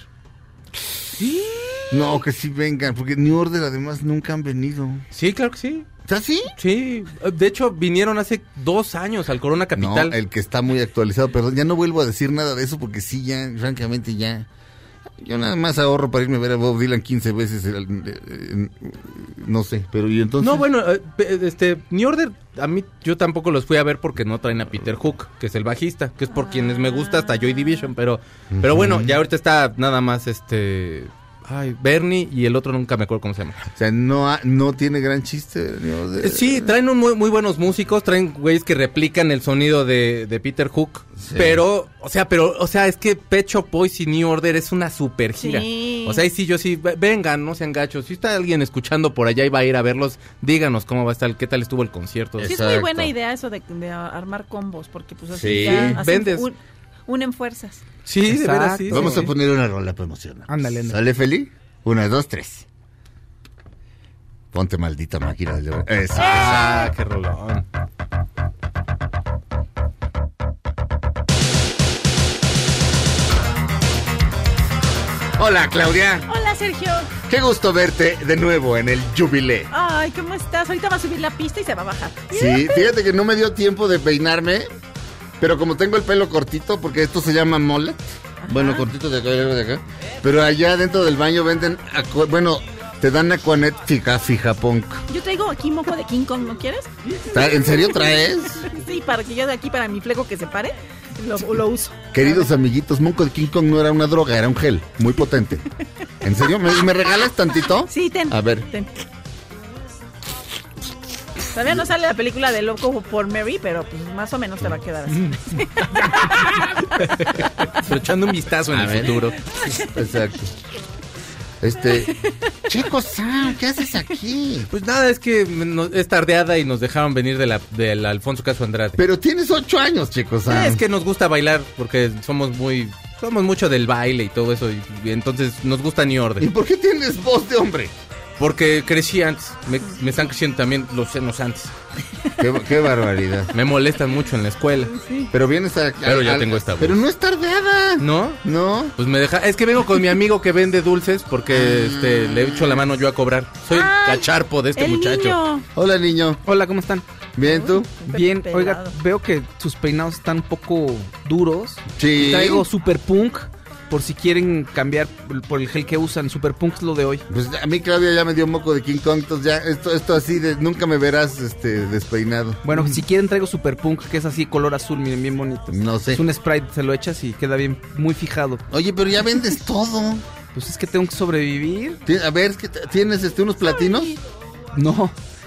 ¿Sí? No, que sí vengan, porque New Order además nunca han venido. Sí, claro que sí. ¿Está sí? Sí, de hecho vinieron hace dos años al Corona Capital. No, el que está muy actualizado, perdón, ya no vuelvo a decir nada de eso porque sí, ya, francamente ya... Yo nada más ahorro para irme a ver a Bob Dylan quince veces, eh, eh, no sé, pero y entonces... No, bueno, eh, este, New Order, a mí yo tampoco los fui a ver porque no traen a Peter Hook, que es el bajista, que es por quienes me gusta hasta Joy Division, pero, uh-huh. pero bueno, ya ahorita está nada más este... Ay, Bernie y el otro nunca me acuerdo cómo se llama. O sea, no ha, no tiene gran chiste. New Order. Sí, traen un muy, muy buenos músicos, traen güeyes que replican el sonido de, de Peter Hook, sí. pero, o sea, pero, o sea, es que Pet Shop Boys y New Order es una super gira. Sí. O sea, y sí, yo sí, vengan, no sean gachos. Si está alguien escuchando por allá y va a ir a verlos, díganos cómo va a estar, qué tal estuvo el concierto. Sí, Exacto. es muy buena idea eso de, de armar combos, porque pues así sí. ya vendes. Un, unen fuerzas. Sí, exacto. De veras, sí. Vamos sí. a poner una rola promocional. Ándale, ándale. ¿Sale feliz? Una, dos, tres. Ponte maldita máquina del de... Eso. Ah, qué rolón. Hola, Claudia. Hola, Sergio. Qué gusto verte de nuevo en el Jubilé. Ay, ¿cómo estás? Ahorita va a subir la pista y se va a bajar. Sí, fíjate que no me dio tiempo de peinarme, pero como tengo el pelo cortito, porque esto se llama mullet. Ajá. Bueno, cortito de acá y de acá. Pero allá dentro del baño venden, acu- bueno, te dan Aquanet fija, fija punk. Yo traigo aquí moco de King Kong, ¿no quieres? ¿En serio traes? Sí, para que yo de aquí, para mi fleco que se pare, lo, lo uso. Queridos amiguitos, moco de King Kong no era una droga, era un gel, muy potente. ¿En serio? ¿Me, me regalas tantito? Sí, ten. A ver. Ten. Todavía no sale la película de Loco por Mary, pero pues más o menos te va a quedar así. Pero echando un vistazo en a el ver. futuro. Exacto. Este, Checo Sound, ¿qué haces aquí? Pues nada, es que no, es tardeada y nos dejaron venir de la, de la Alfonso Caso Andrade. Pero tienes ocho años, Checo Sound. Es que nos gusta bailar porque somos muy, somos mucho del baile y todo eso, y, y entonces nos gusta New Order. ¿Y por qué tienes voz de hombre? Porque crecí antes, me, me están creciendo también los senos antes. Qué, qué barbaridad. Me molestan mucho en la escuela. Sí. Pero vienes a... Pero ya a, tengo esta voz. Pero no es tardeada. ¿No? No. Pues me deja... Es que vengo con mi amigo que vende dulces porque ah. este le he hecho la mano yo a cobrar. Soy el cacharpo de este el muchacho. Niño. Hola, niño. Hola, ¿cómo están? ¿Bien, tú? Bien. Oiga, veo que sus peinados están un poco duros. Sí. Traigo Super Punk. Por si quieren cambiar por el gel que usan, Super Punk es lo de hoy. Pues a mí Claudia ya me dio moco de King Kong, entonces ya esto, esto así de nunca me verás este despeinado. Bueno, si quieren traigo Super Punk, que es así color azul, miren, bien bonito. No sé. Es un spray, se lo echas y queda bien, muy fijado. Oye, pero ya vendes todo. Pues es que tengo que sobrevivir. A ver, ¿tienes este unos platinos? No.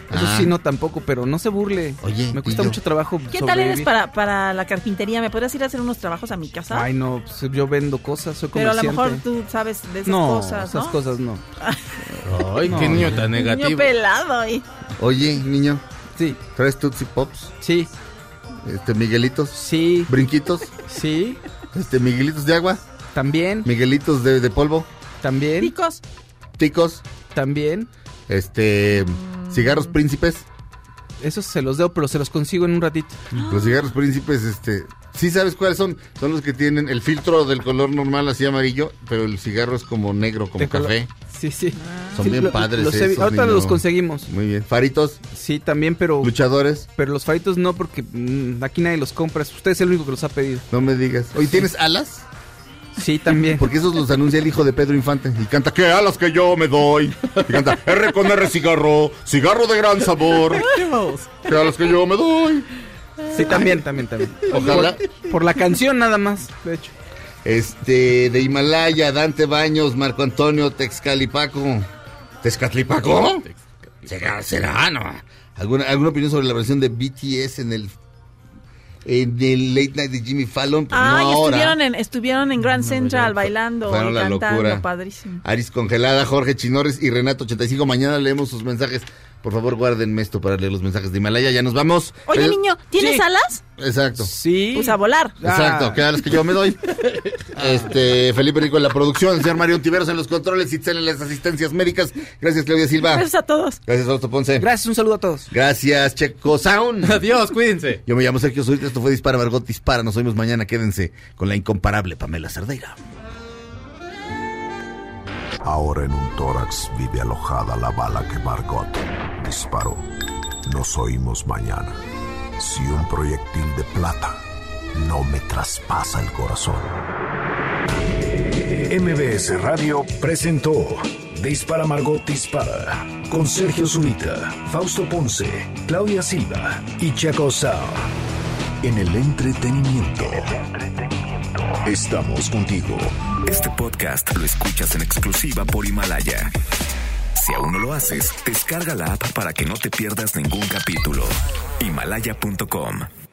Eso Ah. sí, no tampoco, pero no se burle. Oye, me cuesta Pillo. mucho trabajo ¿Qué tal eres sobrevivir. para, para la carpintería? ¿Me podrías ir a hacer unos trabajos a mi casa? Ay, no, pues yo vendo cosas, soy pero a lo comerciante. mejor tú sabes de esas no, cosas, esas ¿no? cosas no. Ay, No, qué niño no. tan Niño negativo. pelado. Y... Oye, niño, Sí, ¿traes Tootsie Pops? sí, Este, Miguelitos, sí, brinquitos, sí, este, Miguelitos de agua, también, Miguelitos de, de polvo, también, Picos. ticos, también. este, cigarros príncipes. Esos se los debo, pero se los consigo en un ratito. Los cigarros príncipes, este, ¿sí sabes cuáles son? Son los que tienen el filtro del color normal así amarillo, pero el cigarro es como negro, como De color- café. Sí, sí. Son Sí, bien lo- padres los he- esos, ahorita niño. los conseguimos. Muy bien. Faritos, Sí, también, pero luchadores, pero los faritos no, porque mm, aquí nadie los compra. Usted es el único que los ha pedido. no me digas. Oye, ¿tienes alas? Sí, también. Porque esos los anuncia el hijo de Pedro Infante. Y canta, ¿qué alas que yo me doy? Y canta, R con R cigarro, cigarro de gran sabor. ¿Qué alas que yo me doy? Sí, también, también, también. Ojalá. Por, por la canción nada más, de hecho. Este, de Himalaya, Dante Baños, Marco Antonio, Texcalipaco. ¿Texcatlipaco? ¿Será, será, no? ¿Alguna, ¿Alguna opinión sobre la versión de B T S en el, en el Late Night de Jimmy Fallon? Pues Ay, no ahora. estuvieron en, estuvieron en Grand Central fue- bailando fueron y la cantando, locura. padrísimo. Aris Congelada, Jorge Chinores y Renato ochenta y cinco. Mañana leemos sus mensajes. Por favor, guárdenme esto para leer los mensajes de Himalaya. Ya nos vamos. Oye, Eh, niño, ¿tienes sí. alas? Exacto. Sí. Pues a volar. Exacto, Ah. que a las que yo me doy. Este, Felipe Rico en la producción, señor Mario Tiveros en los controles, Itzel en las asistencias médicas. Gracias, Claudia Silva. Gracias a todos. Gracias, Fausto Ponce. Gracias, un saludo a todos. Gracias, Checo Sound. Adiós, cuídense. Yo me llamo Sergio Zurita, esto fue Dispara, Margot Dispara. Nos oímos mañana, quédense con la incomparable Pamela Cerdeira. Ahora en un tórax vive alojada la bala que Margot disparó. Nos oímos mañana. Si un proyectil de plata no me traspasa el corazón. M B S Radio presentó Dispara Margot Dispara con Sergio Zurita, Fausto Ponce, Claudia Silva y Chaco Sao. En el entretenimiento. Estamos contigo. Este podcast lo escuchas en exclusiva por Himalaya. Si aún no lo haces, descarga la app para que no te pierdas ningún capítulo. Himalaya punto com